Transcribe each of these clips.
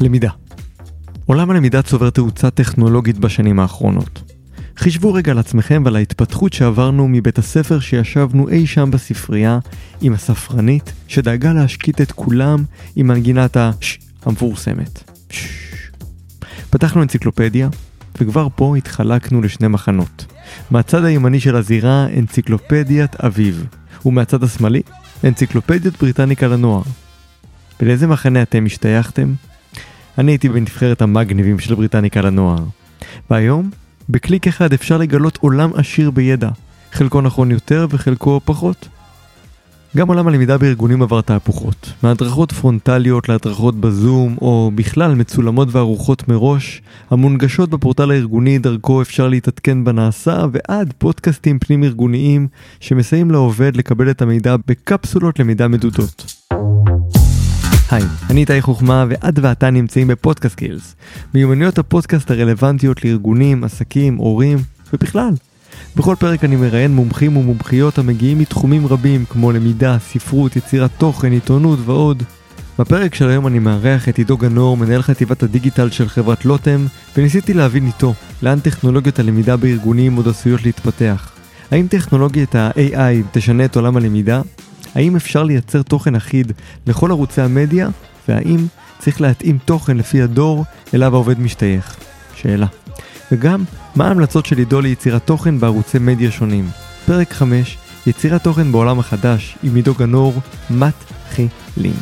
למידה. עולם הלמידה צובר תאוצה טכנולוגית בשנים האחרונות. חישבו רגע על עצמכם ועל ההתפתחות שעברנו מבית הספר שישבנו אי שם בספרייה עם הספרנית שדאגה להשקיט את כולם עם מנגינת המפורסמת. פתחנו אנציקלופדיה וכבר פה התחלקנו לשני מחנות. מהצד הימני של הזירה אנציקלופדיית אביב ומהצד השמאלי אנציקלופדיית בריטניקה לנוער. ולאיזה מחנה אתם השתייכתם? אני הייתי בנבחרת המגניבים של בריטניקה לנוער. והיום, בקליק אחד אפשר לגלות עולם עשיר בידע. חלקו נכון יותר וחלקו פחות. גם עולם הלמידה בארגונים עבר תהפוכות. מהדרכות פרונטליות להדרכות בזום, או בכלל מצולמות וערוכות מראש, המונגשות בפורטל הארגוני דרכו אפשר להתעדכן בנעשה, ועד פודקאסטים פנים ארגוניים שמסייעים לעובד לקבל את המידע בקפסולות למידה מדודות. היי, אני איתי חוכמה ועד ואתה נמצאים בפודקאסט סקילס, מיומנויות הפודקאסט הרלוונטיות לארגונים, עסקים, הורים ובכלל. בכל פרק אני מראיין מומחים ומומחיות המגיעים מתחומים רבים כמו למידה, ספרות, יצירת תוכן, עיתונות ועוד. בפרק של היום אני מארח את עידו גנור, מנהל חטיבת הדיגיטל של חברת לוטם, וניסיתי להבין איתו לאן טכנולוגיות הלמידה בארגונים עוד עשויות להתפתח. האם טכנולוגיית ה-AI תשנה את עולם הלמידה? האם אפשר לייצר תוכן אחיד לכל ערוצי המדיה? והאם צריך להתאים תוכן לפי הדור אליו העובד משתייך? שאלה. וגם, מה ההמלצות של עידו ליצירת תוכן בערוצי מדיה שונים? פרק 5, יצירת תוכן בעולם החדש, עם עידו גנור, מתחילים.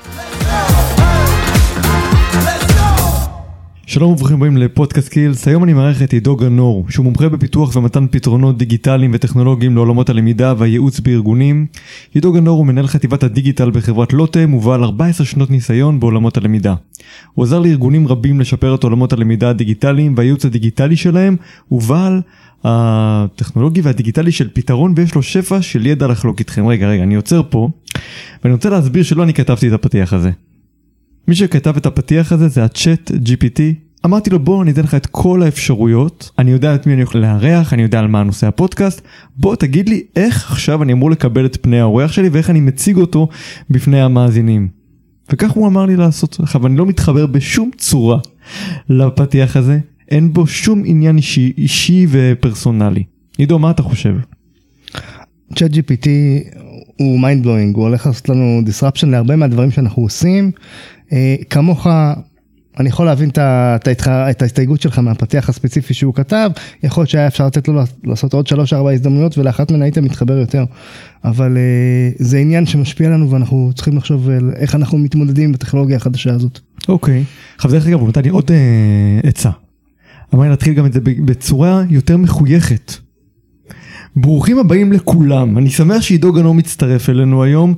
שלום וברוכים הבאים לפודקאסט סקילס. היום אני מארח את עידו גנור, שהוא מומחה בפיתוח ומתן פתרונות דיגיטליים וטכנולוגיים לעולמות הלמידה והייעוץ בארגונים. עידו גנור הוא מנהל חטיבת הדיגיטל בחברת לוטם, ובעל 14 שנות ניסיון בעולמות הלמידה. הוא עזר לארגונים רבים לשפר את עולמות הלמידה הדיגיטליים והייעוץ הדיגיטלי שלהם, ובעל הטכנולוגי והדיגיטלי של פתרון, ויש לו שפע של ידע לחלוק איתכם. רגע, אני עוצר פה, ואני רוצה להסביר שלא אני כתבתי את הפתיח הזה. מי שכתב את הפתיח הזה זה הצ'אט GPT. אמרתי לו, בוא ניתן לך את כל האפשרויות, אני יודע את מי אני יכול לארח, אני יודע על מה הנושא הפודקאסט, בוא תגיד לי איך עכשיו אני אמור לקבל את פני האורח שלי ואיך אני מציג אותו בפני המאזינים. וכך הוא אמר לי לעשות. עכשיו אני לא מתחבר בשום צורה לפתיח הזה, אין בו שום עניין אישי ופרסונלי. עידו, מה אתה חושב? צ'אט GPT הוא mind blowing, הוא הולך לעשות לנו disruption להרבה מהדברים שאנחנו עושים. כמוך, אני יכול להבין את ההסתייגות שלך מהפתיח הספציפי שהוא כתב, יכול להיות שהיה אפשר לתת לו לעשות עוד 3-4 הזדמנויות, ולאחת מן היית מתחבר יותר, אבל זה עניין שמשפיע לנו, ואנחנו צריכים לחשוב איך אנחנו מתמודדים בטכנולוגיה החדשה הזאת. אוקיי, עכשיו דרך אגב, הוא נתן לי עוד עצה. אמרתי להתחיל גם את זה בצורה יותר מחויכת. ברוכים הבאים לכולם, אני שמח שעידו גנור מצטרף אלינו היום,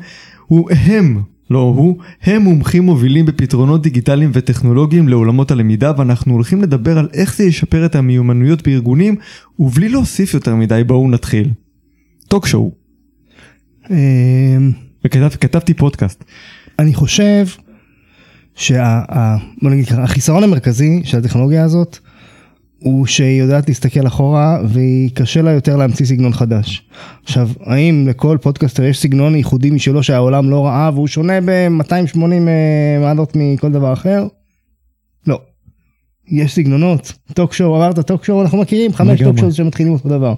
הם מומחים מובילים בפתרונות דיגיטליים וטכנולוגיים לעולמות הלמידה, ואנחנו הולכים לדבר על איך זה ישפר את המיומנויות בארגונים, ובלי להוסיף יותר מדי, בואו נתחיל. טוק שואו. וכתבתי פודקאסט. אני חושב שהחיסרון המרכזי של הטכנולוגיה הזאת, הוא שהיא יודעת להסתכל אחורה, והיא קשה לה יותר להמציא סגנון חדש. עכשיו, האם לכל פודקאסטר יש סגנון ייחודי משלו שהעולם לא ראה, והוא שונה ב-280 מעלות מכל דבר אחר? לא. יש סגנונות. טוק שואו, עברת טוק שואו, אנחנו מכירים 5 טוק שואו שמתחילים אותו דבר.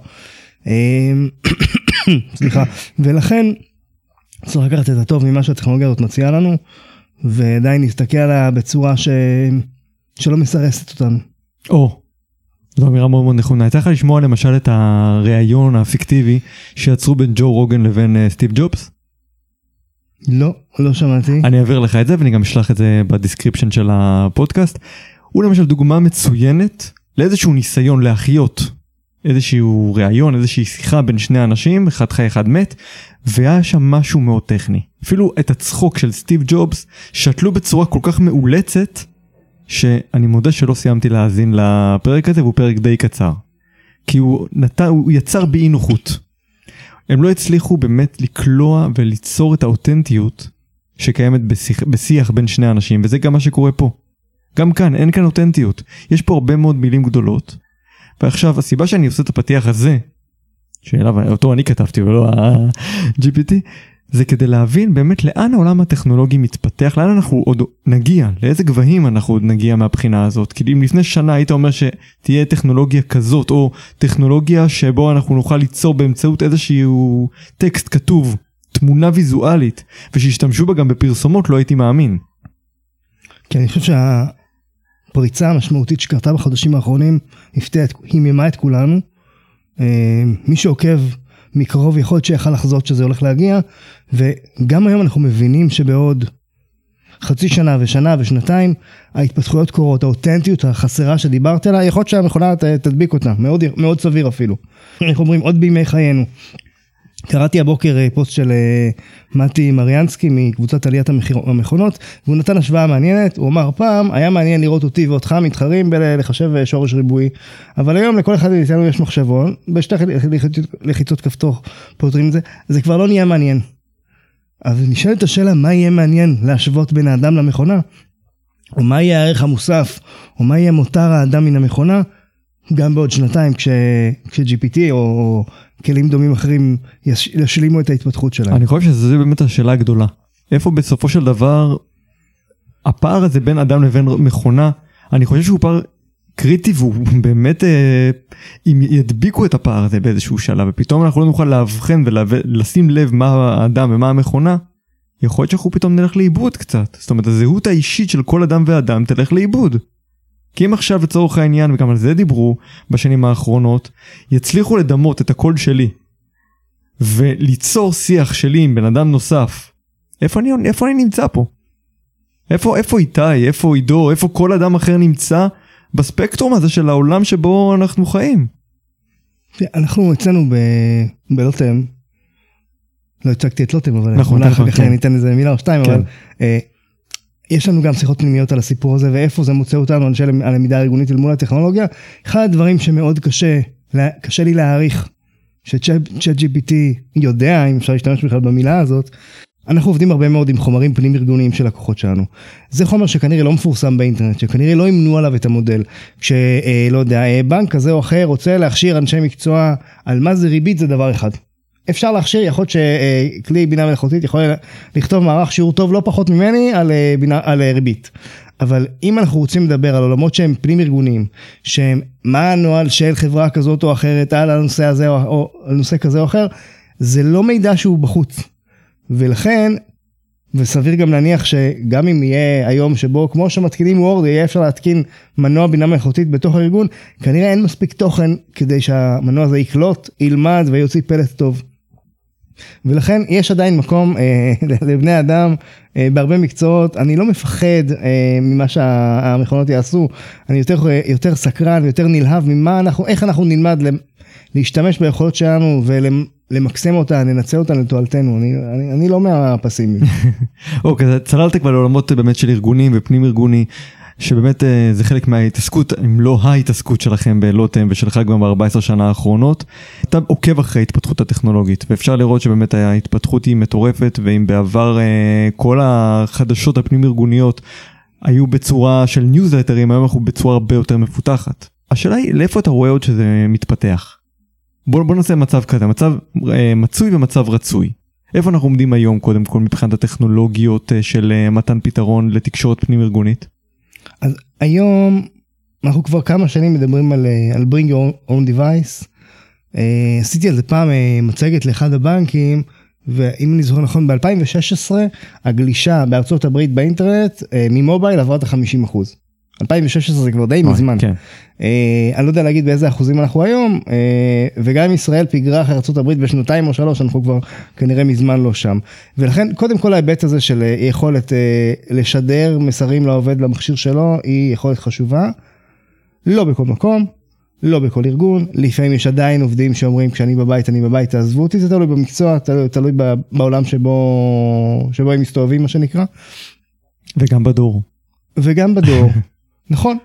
סליחה. ולכן, צריך לקחת את הטוב ממה שהטכנולוגיה הזאת מציעה לנו, ועדיין להסתכל עליה בצורה שלא מסרסת אותנו. זו אמירה מאוד מאוד נכונה. יצא לך לשמוע למשל את הראיון הפיקטיבי שיצרו בין ג'ו רוגן לבין סטיב ג'ובס? לא שמעתי. אני אעביר לך את זה ואני גם אשלח את זה בדיסקריפשן של הפודקאסט. הוא למשל דוגמה מצוינת לאיזשהו ניסיון להחיות איזשהו ראיון, איזושהי שיחה בין שני אנשים, אחד חי אחד מת, והיה שם משהו מאוד טכני. אפילו את הצחוק של סטיב ג'ובס שתלו בצורה כל כך מאולצת, שאני מודה שלא סיימתי להאזין לפרק הזה, והוא פרק די קצר. כי הוא יצר באי נוחות. הם לא הצליחו באמת לקלוע וליצור את האותנטיות שקיימת בשיח בין שני אנשים, וזה גם מה שקורה פה. גם כאן, אין כאן אותנטיות. יש פה הרבה מאוד מילים גדולות, ועכשיו הסיבה שאני עושה את הפתיח הזה, שאליו אותו אני כתבתי ולא ה-GPT, זה כדי להבין באמת לאן העולם הטכנולוגי מתפתח, לאן אנחנו עוד נגיע, לאיזה גבהים אנחנו עוד נגיע מהבחינה הזאת. כי אם לפני שנה היית אומר שתהיה טכנולוגיה כזאת, או טכנולוגיה שבו אנחנו נוכל ליצור באמצעות איזשהו טקסט כתוב, תמונה ויזואלית, ושישתמשו בה גם בפרסומות, לא הייתי מאמין. כי אני חושב שהפריצה המשמעותית שקרתה בחודשים האחרונים, היא מימה את כולנו. מי שעוקב מקרוב יכול להיות שיכל לחזות שזה הולך להגיע, וגם היום אנחנו מבינים שבעוד חצי שנה ושנה ושנתיים, ההתפתחויות קורות, האותנטיות החסרה שדיברת עליה, יכול להיות שהמכונה תדביק אותה, מאוד, מאוד סביר אפילו. איך אומרים, עוד בימי חיינו. קראתי הבוקר פוסט של מתי מריאנסקי מקבוצת עליית המכונות, והוא נתן השוואה מעניינת. הוא אמר, פעם היה מעניין לראות אותי ואותך מתחרים בלחשב שורש ריבועי, אבל היום לכל אחד מאיתנו יש מחשבון, בשתי לחיצות כפתור פותרים את זה, זה כבר לא נהיה מעניין. אז נשאלת השאלה, מה יהיה מעניין להשוות בין האדם למכונה? או מה יהיה הערך המוסף? או מה יהיה מותר האדם מן המכונה? גם בעוד שנתיים כש-GPT או כלים דומים אחרים ישלימו את ההתפתחות שלהם. אני חושב שזו באמת השאלה הגדולה. איפה בסופו של דבר הפער הזה בין אדם לבין מכונה, אני חושב שהוא פער קריטי, והוא באמת, אם ידביקו את הפער הזה באיזשהו שלב, ופתאום אנחנו לא נוכל להבחן ולשים לב מה האדם ומה המכונה, יכול להיות שאנחנו פתאום נלך לאיבוד קצת. זאת אומרת, הזהות האישית של כל אדם ואדם תלך לאיבוד. כי אם עכשיו לצורך העניין, וגם על זה דיברו בשנים האחרונות, יצליחו לדמות את הקול שלי, וליצור שיח שלי עם בן אדם נוסף, איפה אני נמצא פה? איפה איתי, איפה עידו, איפה כל אדם אחר נמצא בספקטרום הזה של העולם שבו אנחנו חיים? אנחנו אצלנו בלוטם, לא הצגתי את לוטם, אבל נכון, אני ניתן איזה מילה או שתיים, אבל יש לנו גם שיחות פנימיות על הסיפור הזה, ואיפה זה מוצא אותנו, על הלמידה הארגונית אל מול הטכנולוגיה. אחד הדברים שמאוד קשה לי להעריך, ש-ChatGPT יודע, אם אפשר להשתמש בכלל במילה הזאת, אנחנו עובדים הרבה מאוד עם חומרים פנים ארגוניים של לקוחות שלנו. זה חומר שכנראה לא מפורסם באינטרנט, שכנראה לא ימנו עליו את המודל. כשלא יודע, בנק כזה או אחר רוצה להכשיר אנשי מקצוע על מה זה ריבית, זה דבר אחד. אפשר להכשיר, יכול להיות שכלי בינה מלאכותית יכול לכתוב מערך שיעור טוב לא פחות ממני על ריבית. אבל אם אנחנו רוצים לדבר על עולמות שהם פנים ארגוניים, שהם מה הנוהל של חברה כזאת או אחרת על הנושא הזה או על נושא כזה או אחר, זה לא מידע שהוא בחוץ. ולכן, וסביר גם להניח שגם אם יהיה היום שבו, כמו שמתקינים וורד, יהיה אפשר להתקין מנוע בינה מלאכותית בתוך הארגון, כנראה אין מספיק תוכן כדי שהמנוע הזה יקלוט, ילמד ויוציא פלט טוב. ולכן יש עדיין מקום לבני אדם בהרבה מקצועות. אני לא מפחד ממה שהמכונות יעשו, אני יותר סקרן, יותר נלהב איך אנחנו נלמד להשתמש ביכולות שלנו ולמקסם אותה, לנצל אותה לתועלתנו. אני לא מהפסימי. אוקיי, צללת כבר לעולמות באמת של ארגונים ופנים ארגוני, שבאמת זה חלק מההתעסקות, אם לא ההתעסקות שלכם בלוטם ושלך גם ב-14 שנה האחרונות. אתה עוקב אחרי ההתפתחות הטכנולוגית, ואפשר לראות שבאמת ההתפתחות היא מטורפת, ואם בעבר כל החדשות הפנים ארגוניות היו בצורה של ניוזלטרים, היום אנחנו בצורה הרבה יותר מפותחת. השאלה היא, לאיפה אתה רואה עוד שזה מתפתח? בוא נעשה מצב כזה, מצב מצוי ומצב רצוי. איפה אנחנו עומדים היום קודם כל מבחינת הטכנולוגיות של מתן פתרון לתקשורת פנים ארגונית? אז היום אנחנו כבר כמה שנים מדברים על bring your own device. עשיתי על זה פעם מצגת לאחד הבנקים, ואם אני זוכר נכון, ב-2016 הגלישה בארצות הברית באינטרנט ממובייל עברה את ה-50%. 2016 זה כבר די מזמן. כן. אני לא יודע להגיד באיזה אחוזים אנחנו היום, וגם אם ישראל פיגרה אחרי ארצות הברית בשנתיים או 3, אנחנו כבר כנראה מזמן לא שם. ולכן קודם כל ההיבט הזה של יכולת לשדר מסרים לעובד למכשיר שלו, היא יכולת חשובה. לא בכל מקום, לא בכל ארגון. לפעמים יש עדיין עובדים שאומרים, כשאני בבית, אני בבית, תעזבו אותי. זה תלוי במקצוע, תלוי בעולם שבו הם מסתובבים, מה שנקרא. וגם בדור. וגם בדור. נכון.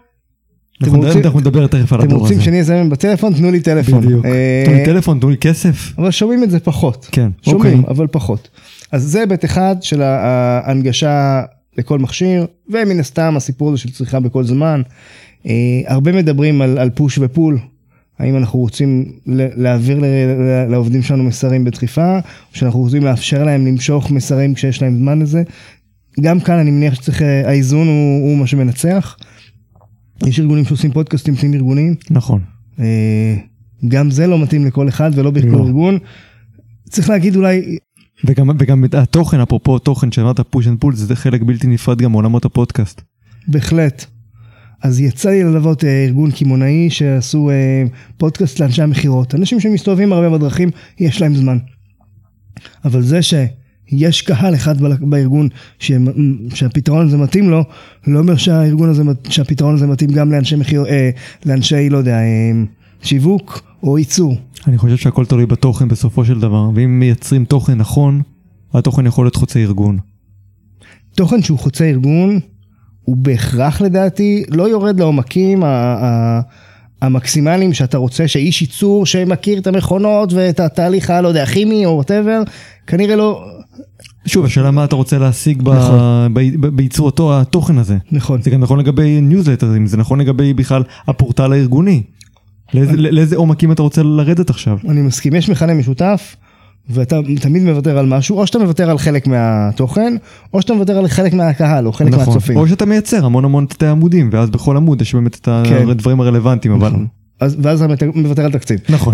אנחנו נדבר תכף על הדור הזה. אתם רוצים שאני אזמן בטלפון? תנו לי טלפון. בדיוק. תנו לי טלפון, תנו לי כסף. אבל שומעים את זה פחות. כן. שומעים, אבל פחות. אז זה בית אחד של ההנגשה לכל מכשיר, ומן הסתם הסיפור הזה של צריכה בכל זמן. הרבה מדברים על פוש ופול. האם אנחנו רוצים להעביר לעובדים שלנו מסרים בדחיפה, או שאנחנו רוצים לאפשר להם למשוך מסרים כשיש להם זמן לזה. גם כאן אני מניח שצריך, האיזון הוא מה שמנצח. יש ארגונים שעושים פודקאסטים פנים ארגוניים. נכון. גם זה לא מתאים לכל אחד ולא בכל ארגון. צריך להגיד אולי... וגם התוכן, אפרופו תוכן שאמרת פוש אנד פול, זה חלק בלתי נפרד גם מעולמות הפודקאסט. בהחלט. אז יצא לי ללוות ארגון כימונאי שעשו פודקאסט לאנשי המחירות. אנשים שמסתובבים הרבה בדרכים, יש להם זמן. אבל זה שיש קהל אחד בארגון שהפתרון הזה מתאים לו, לא אומר שהפתרון הזה מתאים גם לאנשי מחיר, לאנשי, לא יודע, שיווק או ייצור. אני חושב שהכל תלוי בתוכן בסופו של דבר, ואם מייצרים תוכן נכון, התוכן יכול להיות חוצה ארגון. תוכן שהוא חוצה ארגון, הוא בהכרח לדעתי לא יורד לעומקים המקסימליים שאתה רוצה, שאיש ייצור שמכיר את המכונות ואת התהליך לא יודע, כימי או whatever, כנראה לא... שוב, השאלה מה אתה רוצה להשיג בייצור אותו התוכן הזה. נכון. זה גם נכון לגבי ניוזלטרים, זה נכון לגבי בכלל הפורטל הארגוני. לאיזה עומקים אתה רוצה לרדת עכשיו? אני מסכים, יש מכנה משותף, ואתה תמיד מוותר על משהו, או שאתה מוותר על חלק מהתוכן, או שאתה מוותר על חלק מהקהל, או חלק מהצופים. או שאתה מייצר המון תתי עמודים, ואז בכל עמוד יש באמת את הדברים הרלוונטיים, אבל... ואז אתה מוותר על תקציב. נכון.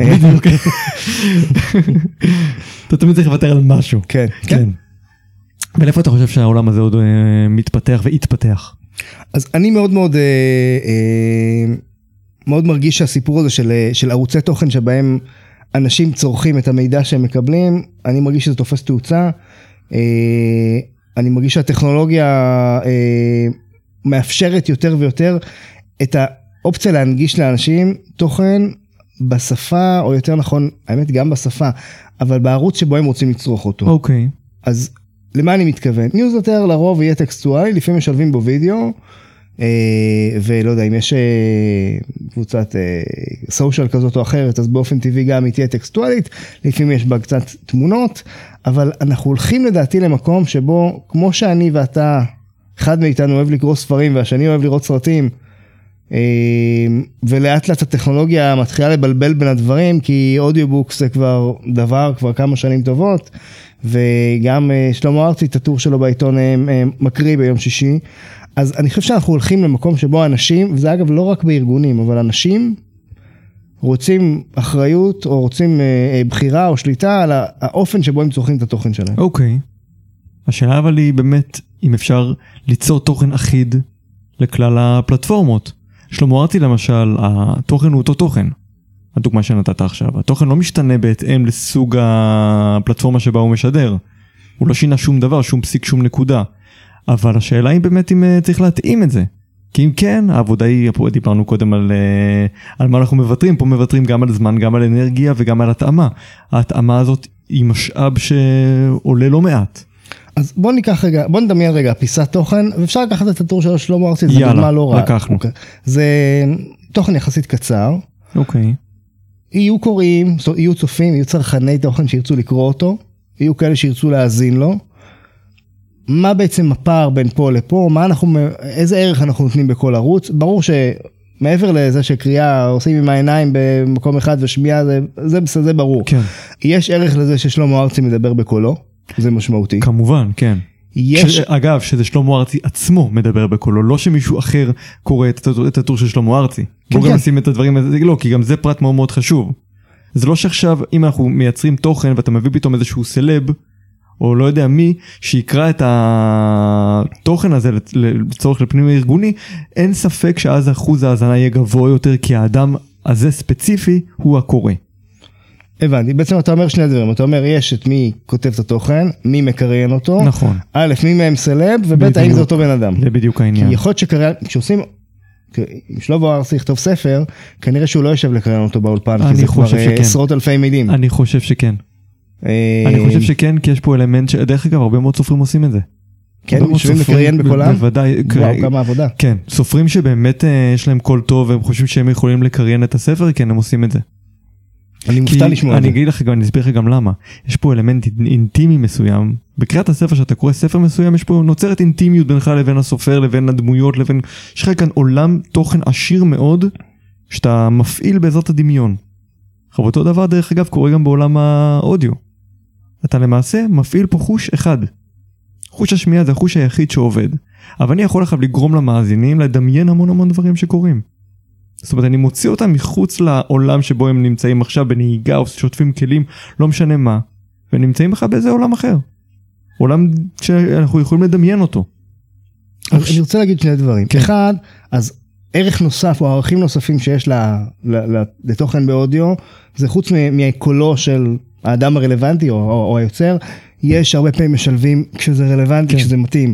אתה תמיד צריך לוותר על משהו. כן. ולאיפה אתה חושב שהעולם הזה עוד מתפתח והתפתח? אז אני מאוד מרגיש שהסיפור הזה של ערוצי תוכן שבהם אנשים צורכים את המידע שהם מקבלים, אני מרגיש שזה תופס תאוצה, אני מרגיש שהטכנולוגיה מאפשרת יותר ויותר את האופציה להנגיש לאנשים תוכן בשפה, או יותר נכון, האמת גם בשפה, אבל בערוץ שבו הם רוצים לצרוך אותו. אוקיי. אז למה אני מתכוון? ניוזלטר לרוב יהיה טקסטואלי, לפעמים משלבים בו וידאו, ולא יודע, אם יש קבוצת סושיאל כזאת או אחרת, אז באופן טבעי גם היא תהיה טקסטואלית, לפעמים יש בה קצת תמונות, אבל אנחנו הולכים לדעתי למקום שבו, כמו שאני ואתה, אחד מאיתנו אוהב לקרוא ספרים, והשני אוהב לראות סרטים, ולאט לאט הטכנולוגיה מתחילה לבלבל בין הדברים, כי אודיובוקס זה כבר כמה שנים טובות, וגם שלמה ארצי, את הטור שלו בעיתון מקריא ביום שישי, אז אני חושב שאנחנו הולכים למקום שבו אנשים, וזה אגב לא רק בארגונים, אבל אנשים רוצים אחריות, או רוצים בחירה או שליטה על האופן שבו הם צורכים את התוכן שלהם. אוקיי. השאלה אבל היא באמת, אם אפשר ליצור תוכן אחיד לכלל הפלטפורמות. שלמה ארצי למשל, התוכן הוא אותו תוכן. הדוגמה שנתת עכשיו. התוכן לא משתנה בהתאם לסוג הפלטפורמה שבה הוא משדר. הוא לא שינה שום דבר, שום פסיק, שום נקודה. אבל השאלה היא באמת אם צריך להתאים את זה. כי אם כן, העבודה היא, דיברנו קודם על מה אנחנו מבטרים, פה מבטרים גם על זמן, גם על אנרגיה וגם על התאמה. ההתאמה הזאת היא משאב שעולה לא מעט. אז בוא נדמיין רגע, פיסת תוכן, ואפשר לקחת את הטור של שלמה ארצי, זה דוגמה לא רע. לקחנו. זה תוכן יחסית קצר. אוקיי. יהיו קוראים, יהיו צופים, יהיו צרכני תוכן שירצו לקרוא אותו, יהיו כאלה שירצו להאזין לו. מה בעצם הפער בין פה לפה, איזה ערך אנחנו נותנים בכל ערוץ? ברור שמעבר לזה שקריאה עושים עם העיניים במקום אחד ושמיעה, זה ברור. כן. יש ערך לזה ששלמה ארצי מדבר בקולו, זה משמעותי. כמובן, כן. אגב, שזה שלמה ארצי עצמו מדבר בקולו, לא שמישהו אחר קורא את הטור של שלמה ארצי. בואו גם נשים את הדברים הזה, לא, כי גם זה פרט מאוד מאוד חשוב. זה לא שעכשיו, אם אנחנו מייצרים תוכן ואתה מביא פתאום איזשהו סלב, או לא יודע מי, שיקרא את התוכן הזה לצורך לפנים הארגוני, אין ספק שאז אחוז ההאזנה יהיה גבוה יותר, כי האדם הזה ספציפי הוא הקורא. הבנתי, בעצם אתה אומר שני דברים, אתה אומר יש את מי כותב את התוכן, מי מקריין אותו, נכון. א', מי מהם סלב, וב', האם זה אותו בן אדם. זה בדיוק העניין. כי יכול להיות כשעושים, אם שלמה ארצי יכתוב ספר, כנראה שהוא לא יושב לקריין אותו באולפן, כי זה כבר עשרות אלפי מילים. אני חושב שכן. אני חושב שכן, כי יש פה אלמנט שדרך אגב הרבה מאוד סופרים עושים את זה. כן, יושבים לקריין בקולם? בוודאי. וואו, כמה עבודה. כן, סופרים שבאמת יש להם קול טוב, והם חושבים שהם יכולים לקריין את הספר, כן, הם עושים את זה. אני מופתע לשמוע את זה. אני אגיד לך גם, אני אסביר לך גם למה. יש פה אלמנט אינטימי מסוים. בקריאת הספר שאתה קורא ספר מסוים, יש פה נוצרת אינטימיות בינך לבין הסופר, לבין הדמויות, יש לך כאן עולם תוכן עשיר מאוד, שאתה מפעיל בעזרת הדמיון. עכשיו אותו דבר דרך אגב קורה גם בעולם האודיו. אתה למעשה מפעיל פה חוש אחד. חוש השמיעה זה החוש היחיד שעובד. אבל אני יכול עכשיו לגרום למאזינים לדמיין המון דברים שקורים. זאת אומרת, אני מוציא אותם מחוץ לעולם שבו הם נמצאים עכשיו בנהיגה או שוטפים כלים, לא משנה מה, ונמצאים לך באיזה עולם אחר. עולם שאנחנו יכולים לדמיין אותו. אני רוצה להגיד שני דברים. אחד, אז ערך נוסף או ערכים נוספים שיש לתוכן באודיו, זה חוץ מקולו של האדם הרלוונטי או היוצר, יש הרבה פעמים משלבים כשזה רלוונטי, כשזה מתאים.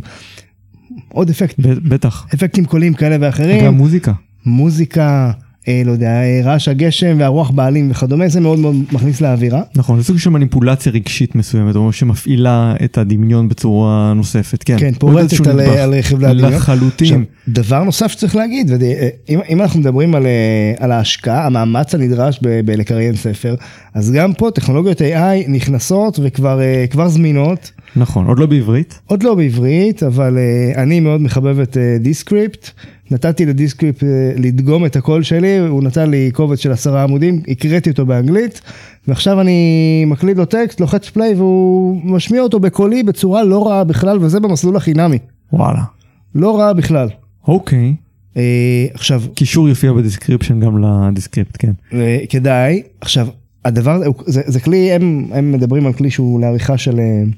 עוד אפקט. בטח. אפקטים קוליים כאלה ואחרים. גם מוזיקה. מוזיקה, לא יודע, רעש הגשם והרוח בעלים וכדומה, זה מאוד מאוד מכניס לאווירה. נכון, זה סוג של מניפולציה רגשית מסוימת, או שמפעילה את הדמיון בצורה נוספת, כן. כן, פורטת על חבלי הדמיון. לחלוטין. דבר נוסף שצריך להגיד, אם אנחנו מדברים על ההשקעה, המאמץ הנדרש בלקריין ספר, אז גם פה טכנולוגיות AI נכנסות וכבר זמינות. נכון, עוד לא בעברית. עוד לא בעברית, אבל אני מאוד מחבב את דיסקריפט. נתתי לדיסקריפט לדגום את הקול שלי, הוא נתן לי קובץ של 10 עמודים, הקראתי אותו באנגלית, ועכשיו אני מקליד לו טקסט, לוחץ פליי, והוא משמיע אותו בקולי בצורה לא רעה בכלל, וזה במסלול החינמי. וואלה. לא רעה בכלל. אוקיי. עכשיו... קישור יופיע בדיסקריפשן גם לדיסקריפט, כן. כדאי. עכשיו, הדבר, זה כלי, הם מדברים על כלי שהוא לעריכה של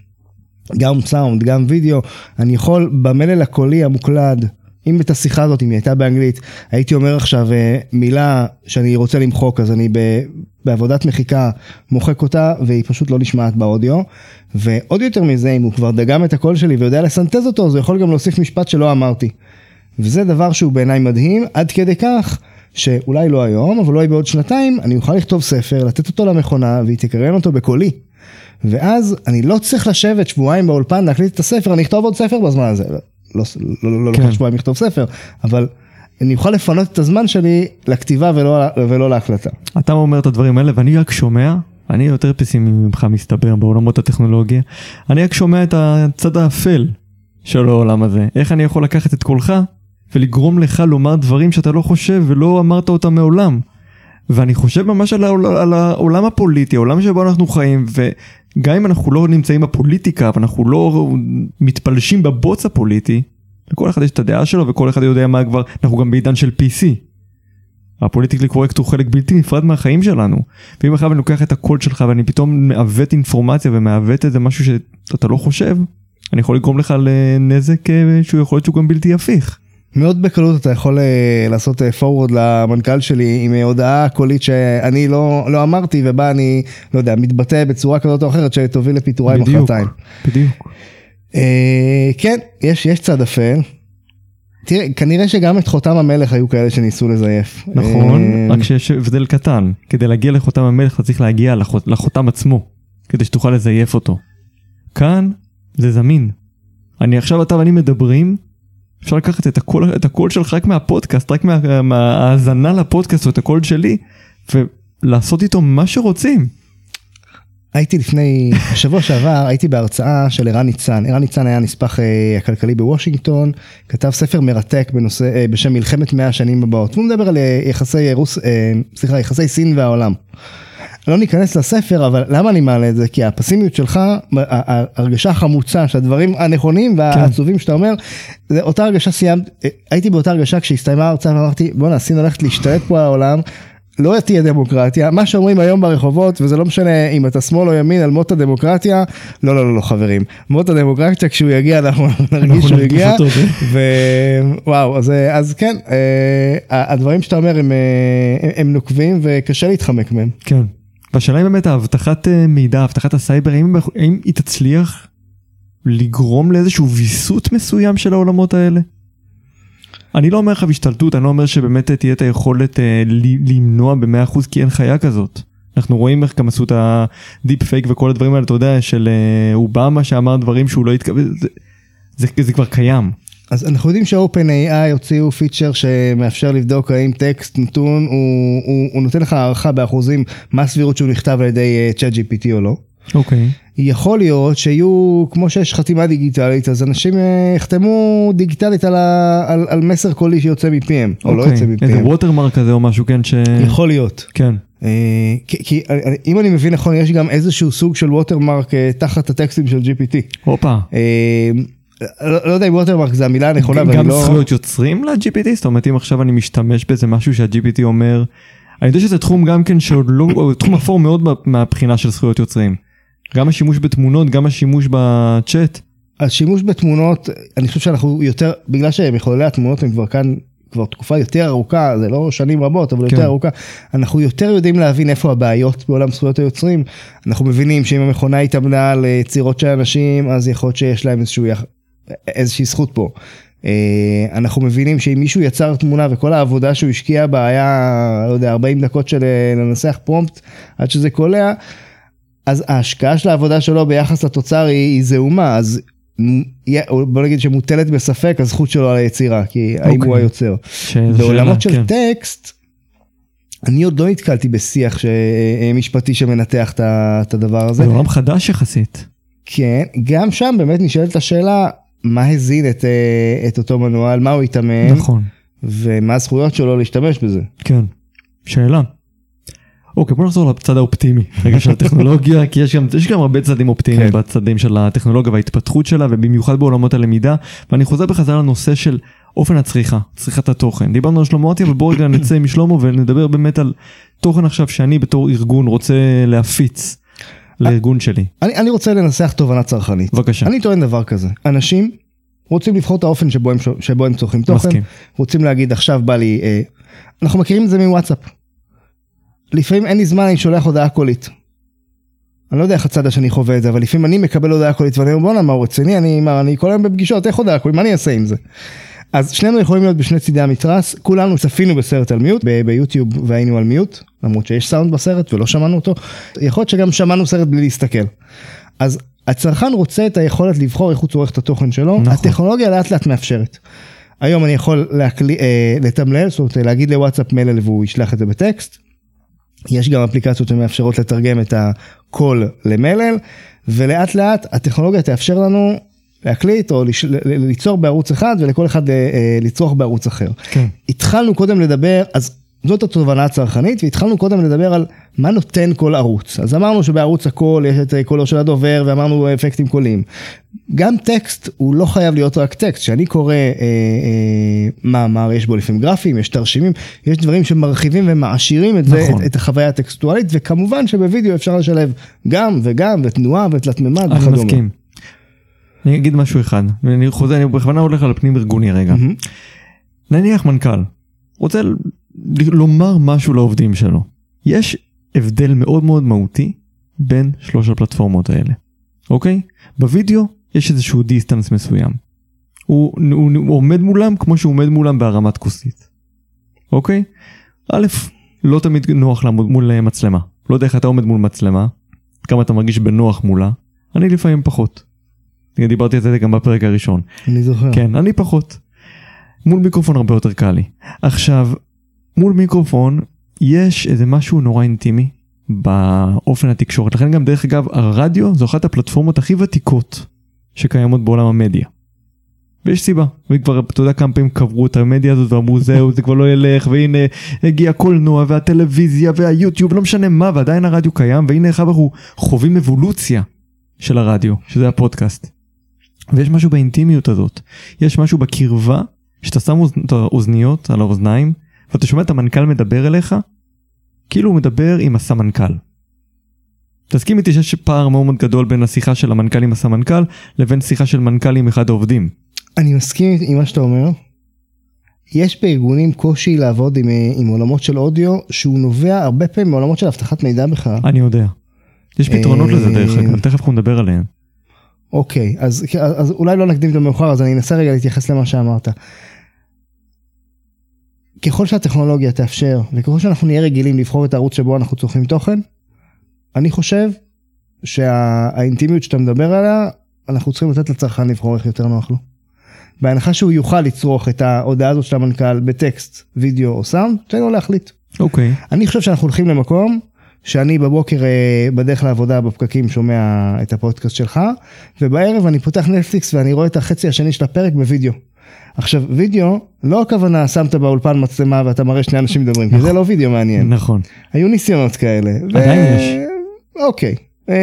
גם סאונד, גם וידאו. אני יכול במלל הקולי המוקלד, אם את השיחה הזאת, אם היא הייתה באנגלית, הייתי אומר עכשיו מילה שאני רוצה למחוק, אז אני בעבודת מחיקה מוחק אותה, והיא פשוט לא נשמעת באודיו, ועוד יותר מזה, אם הוא כבר דגם את הקול שלי ויודע לסנטז אותו, אז הוא יכול גם להוסיף משפט שלא אמרתי. וזה דבר שהוא בעיניי מדהים, עד כדי כך, שאולי לא היום, אבל אולי בעוד שנתיים, אני אוכל לכתוב ספר, לתת אותו למכונה, והיא תקרן אותו בקולי. ואז אני לא צריך לשבת שבועיים באולפן, להקליט את הספר, אני אכתוב עוד ספר בזמן הזה. לא שבועיים לכתוב ספר, אבל אני אוכל לפנות את הזמן שלי לכתיבה ולא להקלטה. אתה אומר את הדברים האלה, ואני רק שומע, אני יותר פסימי ממך מסתבר בעולמות הטכנולוגיה, אני רק שומע את הצד האפל של העולם הזה. איך אני יכול לקחת את קולך ולגרום לך לומר דברים שאתה לא חושב ולא אמרת אותם מעולם. ואני חושב ממש על העולם הפוליטי, העולם שבו אנחנו חיים, וגם אם אנחנו לא נמצאים בפוליטיקה, ואנחנו לא מתפלשים בבוץ הפוליטי, לכל אחד יש את הדעה שלו, וכל אחד יודע מה כבר, אנחנו גם בעידן של PC. הפוליטיקלי קורקט הוא חלק בלתי נפרד מהחיים שלנו. ואם עכשיו אני לוקח את הקול שלך, ואני פתאום מעוות אינפורמציה, ומעוות איזה משהו שאתה לא חושב, אני יכול לגרום לך לנזק שהוא יכול להיות שהוא גם בלתי הפיך. מאוד בקלות אתה יכול לעשות פורוורד למנכ"ל שלי עם הודעה קולית שאני לא אמרתי, ובה אני, לא יודע, מתבטא בצורה כזאת או אחרת שתוביל לפיטוריי מחרתיים. בדיוק. כן, יש צד אפל. תראה, כנראה שגם את חותם המלך היו כאלה שניסו לזייף. נכון, רק שיש הבדל קטן. כדי להגיע לחותם המלך אתה צריך להגיע לחותם עצמו, כדי שתוכל לזייף אותו. כאן זה זמין. עכשיו אתה ואני מדברים, אפשר לקחת את הקול שלך רק מהפודקאסט, רק מההאזנה לפודקאסט או את הקול שלי, ולעשות איתו מה שרוצים. הייתי לפני, שבוע שעבר, הייתי בהרצאה של ערן ניצן. ערן ניצן היה נספח הכלכלי בוושינגטון, כתב ספר מרתק בשם מלחמת 100 השנים הבאות. הוא מדבר על יחסי סין והעולם. לא ניכנס לספר, אבל למה אני מעלה את זה? כי הפסימיות שלך, הרגשה החמוצה, שהדברים הנכונים והעצובים שאתה אומר, זה אותה הרגשה הייתי באותה הרגשה כשהסתיימה ההרצאה ואמרתי, בוא נסין הולכת להשתלט פה העולם, לא תהיה דמוקרטיה, מה שאומרים היום ברחובות, וזה לא משנה אם אתה שמאל או ימין על מות הדמוקרטיה, לא חברים, מות הדמוקרטיה כשהוא יגיע, אנחנו נרגיש שהוא יגיע, ווואו, אז כן, הדברים שאתה אומר הם נוקבים וקשה להתחמק מהם. כן. והשאלה היא באמת ההבטחת מידע, ההבטחת הסייבר, האם היא תצליח לגרום לאיזשהו ויסות מסוים של העולמות האלה? אני לא אומר לך בהשתלטות, אני לא אומר שבאמת תהיה את היכולת למנוע ב100% כי אין חיה כזאת. אנחנו רואים איך גם עשו את הדיפ פייק וכל הדברים האלה, אתה יודע, של אובמה שאמר דברים שהוא לא התכוון, זה כבר קיים. אז אנחנו יודעים ש-OpenAI הוציאו פיצ'ר שמאפשר לבדוק האם טקסט נתון, הוא נותן לך הערכה באחוזים מה הסבירות שהוא נכתב על ידי ChatGPT או לא. אוקיי. יכול להיות שיהיו, כמו שיש חתימה דיגיטלית, אז אנשים יחתמו דיגיטלית על מסר קולי שיוצא מפיהם, או לא יוצא מפיהם. איזה ווטרמרק כזה או משהו, כן? יכול להיות. כן. כי אם אני מבין נכון, יש גם איזשהו סוג של ווטרמרק תחת הטקסטים של GPT. הופה. לא יודע אם ווטרמרק זה המילה הנכונה, אבל גם לא... זכויות יוצרים ל-GPT? זאת אומרת, אם עכשיו אני משתמש בזה משהו שה-GPT אומר, אני יודע שזה תחום גם כן שעוד לא, תחום אפור מאוד מהבחינה של זכויות יוצרים. גם השימוש בתמונות, גם השימוש בצ'אט. השימוש בתמונות, אני חושב שאנחנו יותר, בגלל שמחוללי התמונות הם כבר כאן, כבר תקופה יותר ארוכה, זה לא שנים רבות, אבל יותר ארוכה, אנחנו יותר יודעים להבין איפה הבעיות בעולם זכויות היוצרים. אנחנו מבינים שאם המכונה התאמנה על יצירות של אנשים, אז יכול להיות שיש להם איזושהי זכות פה. אנחנו מבינים שאם מישהו יצר תמונה וכל העבודה שהוא השקיע בה היה, לא יודע, 40 דקות של לנסח פרומפט עד שזה קולע, אז ההשקעה של העבודה שלו ביחס לתוצר היא זהומה, אז בוא נגיד שמוטלת בספק הזכות שלו על היצירה, כי האם הוא היוצר. בעולמות של טקסט, אני עוד לא נתקלתי בשיח משפטי שמנתח את הדבר הזה. זה עולם חדש יחסית. כן, גם שם באמת נשאלת השאלה, מה הזין את אותו מנואל, מה הוא התאמן, נכון. ומה הזכויות שלו להשתמש בזה. כן, שאלה. אוקיי, בוא נחזור לצד האופטימי, רגע של הטכנולוגיה, כי יש גם הרבה צדדים אופטימיים בצדים של הטכנולוגיה וההתפתחות שלה, ובמיוחד בעולמות הלמידה, ואני חוזר בחזרה לנושא של אופן הצריכה, צריכת התוכן. דיברנו על שלמה ארצי, אבל בואו רגע נצא משלמה ונדבר באמת על תוכן עכשיו שאני בתור ארגון רוצה להפיץ לארגון שלי. אני רוצה לנסח תובנה צרכנית. בבקשה. אני טוען דבר כזה. אנשים רוצים לבחור את האופן שבו הם צורכים תוכן. מסכים. רוצים להגיד, עכשיו בא לי, אנחנו מכירים את זה מוואטסאפ. לפעמים אין לי זמן, אני שולח הודעה קולית. אני לא יודע איך הצד השני חווה את זה, אבל לפעמים אני מקבל הודעה קולית, ואני אומר, בוא נאמר, רציני, אני כל היום בפגישות, איך הודעה קולית, מה אני אעשה עם זה? אז שנינו יכולים להיות בשני צידי המתרס, כולנו צפינו בסרט על מיוט, ביוטיוב והיינו על מיוט, למרות שיש סאונד בסרט ולא שמענו אותו, יכול להיות שגם שמענו סרט בלי להסתכל. אז הצרכן רוצה את היכולת לבחור איך הוא צורך את התוכן שלו, נכון. הטכנולוגיה לאט לאט מאפשרת. היום אני יכול לתמלל, זאת אומרת, להגיד לוואטסאפ מלל והוא ישלח את זה בטקסט, יש גם אפליקציות שמאפשרות לתרגם את הקול למלל, ולאט לאט הטכנולוגיה תאפשר לנו להקליט או ליצור בערוץ אחד, ולכל אחד לצרוך בערוץ אחר. כן. התחלנו קודם לדבר, אז זאת התובנה הצרכנית, והתחלנו קודם לדבר על מה נותן כל ערוץ. אז אמרנו שבערוץ הקול יש את קולו של הדובר, ואמרנו אפקטים קוליים. גם טקסט הוא לא חייב להיות רק טקסט, שאני קורא מאמר, יש בו לפעמים גרפים, יש תרשימים, יש דברים שמרחיבים ומעשירים את זה, את החוויה הטקסטואלית, וכמובן שבווידאו אפשר לשלב גם וגם, ותנועה ותלת ממד וכדומה. אני מסכים. אני אגיד משהו אחד, אני בכוונה הולך על הפנים ארגוני רגע. נניח מנכ"ל, רוצה לומר משהו לעובדים שלו. יש הבדל מאוד מאוד מהותי בין שלוש הפלטפורמות האלה. אוקיי? בווידאו יש איזשהו דיסטנס מסוים. הוא עומד מולם כמו שהוא עומד מולם בהרמת כוסית. אוקיי? א', לא תמיד נוח לעמוד מול מצלמה. לא יודע איך אתה עומד מול מצלמה, כמה אתה מרגיש בנוח מולה. אני לפעמים פחות. דיברתי על זה גם בפרק הראשון. אני זוכר. כן, אני פחות. מול מיקרופון הרבה יותר קל לי. עכשיו, מול מיקרופון יש איזה משהו נורא אינטימי באופן התקשורת. לכן גם דרך אגב, הרדיו זו אחת הפלטפורמות הכי ותיקות שקיימות בעולם המדיה. ויש סיבה. וכבר, אתה יודע כמה פעמים קברו את המדיה הזאת ואמרו זהו, זה כבר לא ילך, והנה הגיע הקולנוע והטלוויזיה והיוטיוב, לא משנה מה, ועדיין הרדיו קיים, והנה אנחנו חווים אבולוציה של הרדיו, שזה הפודקאסט. ויש משהו באינטימיות הזאת. יש משהו בקרבה, שאתה שם את האוזניות על האוזניים, ואתה שומע את המנכ"ל מדבר אליך, כאילו הוא מדבר עם הסמנכ"ל. תסכים איתי שיש פער מאוד מאוד גדול בין השיחה של המנכ"ל עם הסמנכ"ל, לבין שיחה של מנכ"ל עם אחד העובדים. אני מסכים עם מה שאתה אומר. יש בארגונים קושי לעבוד עם עולמות של אודיו, שהוא נובע הרבה פעמים מעולמות של הבטחת מידע בכלל. אני יודע. יש פתרונות לזה דרך אגב, תכף אנחנו נדבר עליהם. אוקיי, אז אולי לא נקדים את המאוחר, אז אני אנסה רגע להתייחס למה שאמרת. ככל שהטכנולוגיה תאפשר, וככל שאנחנו נהיה רגילים לבחור את הערוץ שבו אנחנו צורכים תוכן, אני חושב שהאינטימיות שאתה מדבר עליה, אנחנו צריכים לתת לצרכן לבחור איך יותר נוח לו. בהנחה שהוא יוכל לצרוך את ההודעה הזאת של המנכ"ל בטקסט, וידאו או סאונד, תן לו להחליט. אוקיי. אני חושב שאנחנו הולכים למקום שאני בבוקר בדרך לעבודה בפקקים שומע את הפודקאסט שלך, ובערב אני פותח נטפליקס ואני רואה את החצי השני של הפרק בווידאו. עכשיו, וידאו, לא הכוונה שמת באולפן מצלמה ואתה מראה שני אנשים מדברים, כי זה לא וידאו מעניין. נכון. היו ניסיונות כאלה. עדיין יש. אוקיי.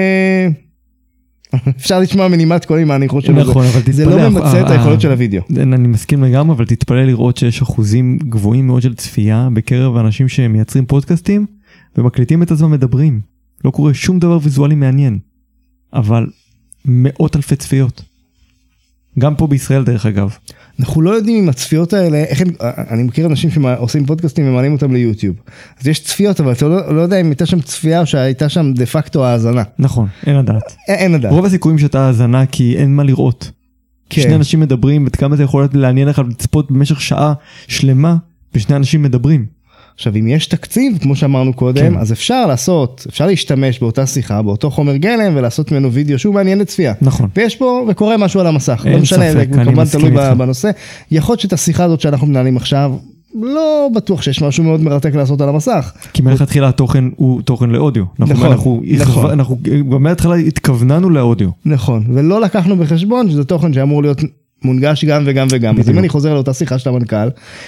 אפשר לשמוע מנימת קולים מהניחוש שלו. נכון, אבל תתפלא. זה לא ממצא את היכולות של הוידאו. אני מסכים לגמרי, אבל תתפלא לראות שיש אחוזים גבוהים מאוד של צפייה בקרב האנשים שמייצרים פודקאסטים, ומקליטים את עצמם מדברים. לא קורה שום דבר ויזואלי מעניין. אבל מאות אלפי צפיות. גם פה בישראל דרך אגב. אנחנו לא יודעים אם הצפיות האלה, אני מכיר אנשים שעושים פודקאסטים ומעלים אותם ליוטיוב. אז יש צפיות, אבל אתה לא יודע אם הייתה שם צפייה או שהייתה שם דה פקטו האזנה. נכון, אין לדעת. אין לדעת. רוב הסיכויים שאתה האזנה כי אין מה לראות. שני אנשים מדברים, וכמה זה יכול לעניין לך לצפות במשך שעה שלמה, ושני אנשים מדברים. עכשיו, אם יש תקציב, כמו שאמרנו קודם, אז אפשר להשתמש באותה שיחה, באותו חומר גלם, ולעשות ממנו וידאו שהוא מעניין לצפייה. נכון. ויש פה, וקורה משהו על המסך. אין ספק, אני כמובן מסכים תלוי איתך. בנושא. יכול להיות שאת השיחה הזאת שאנחנו מנהלים עכשיו, לא בטוח שיש משהו מאוד מרתק לעשות על המסך. כי מלכתחילה התוכן הוא תוכן לאודיו. נכון. אנחנו מההתחלה התכווננו לאודיו. נכון, ולא לקחנו בחשבון שזה תוכן שאמור להיות מונגש גם וגם וגם. אז אם אני חוזר לאותה שיחה של המנכ"ל,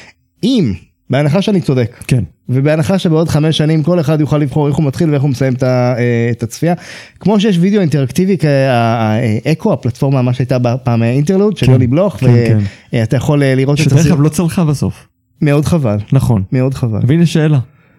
בהנחה שאני צודק. כן. ובהנחה שבעוד 5 שנים כל אחד יוכל לבחור איך הוא מתחיל ואיך הוא מסיים את הצפייה. כמו שיש וידאו אינטראקטיבי, האקו, הפלטפורמה, מה שהייתה פעם אינטרלוד, של יוני בלוך, ואתה יכול לראות את שדרך כלל לא צלחה בסוף. מאוד חבל. נכון. מאוד חבל. והנה שאלה.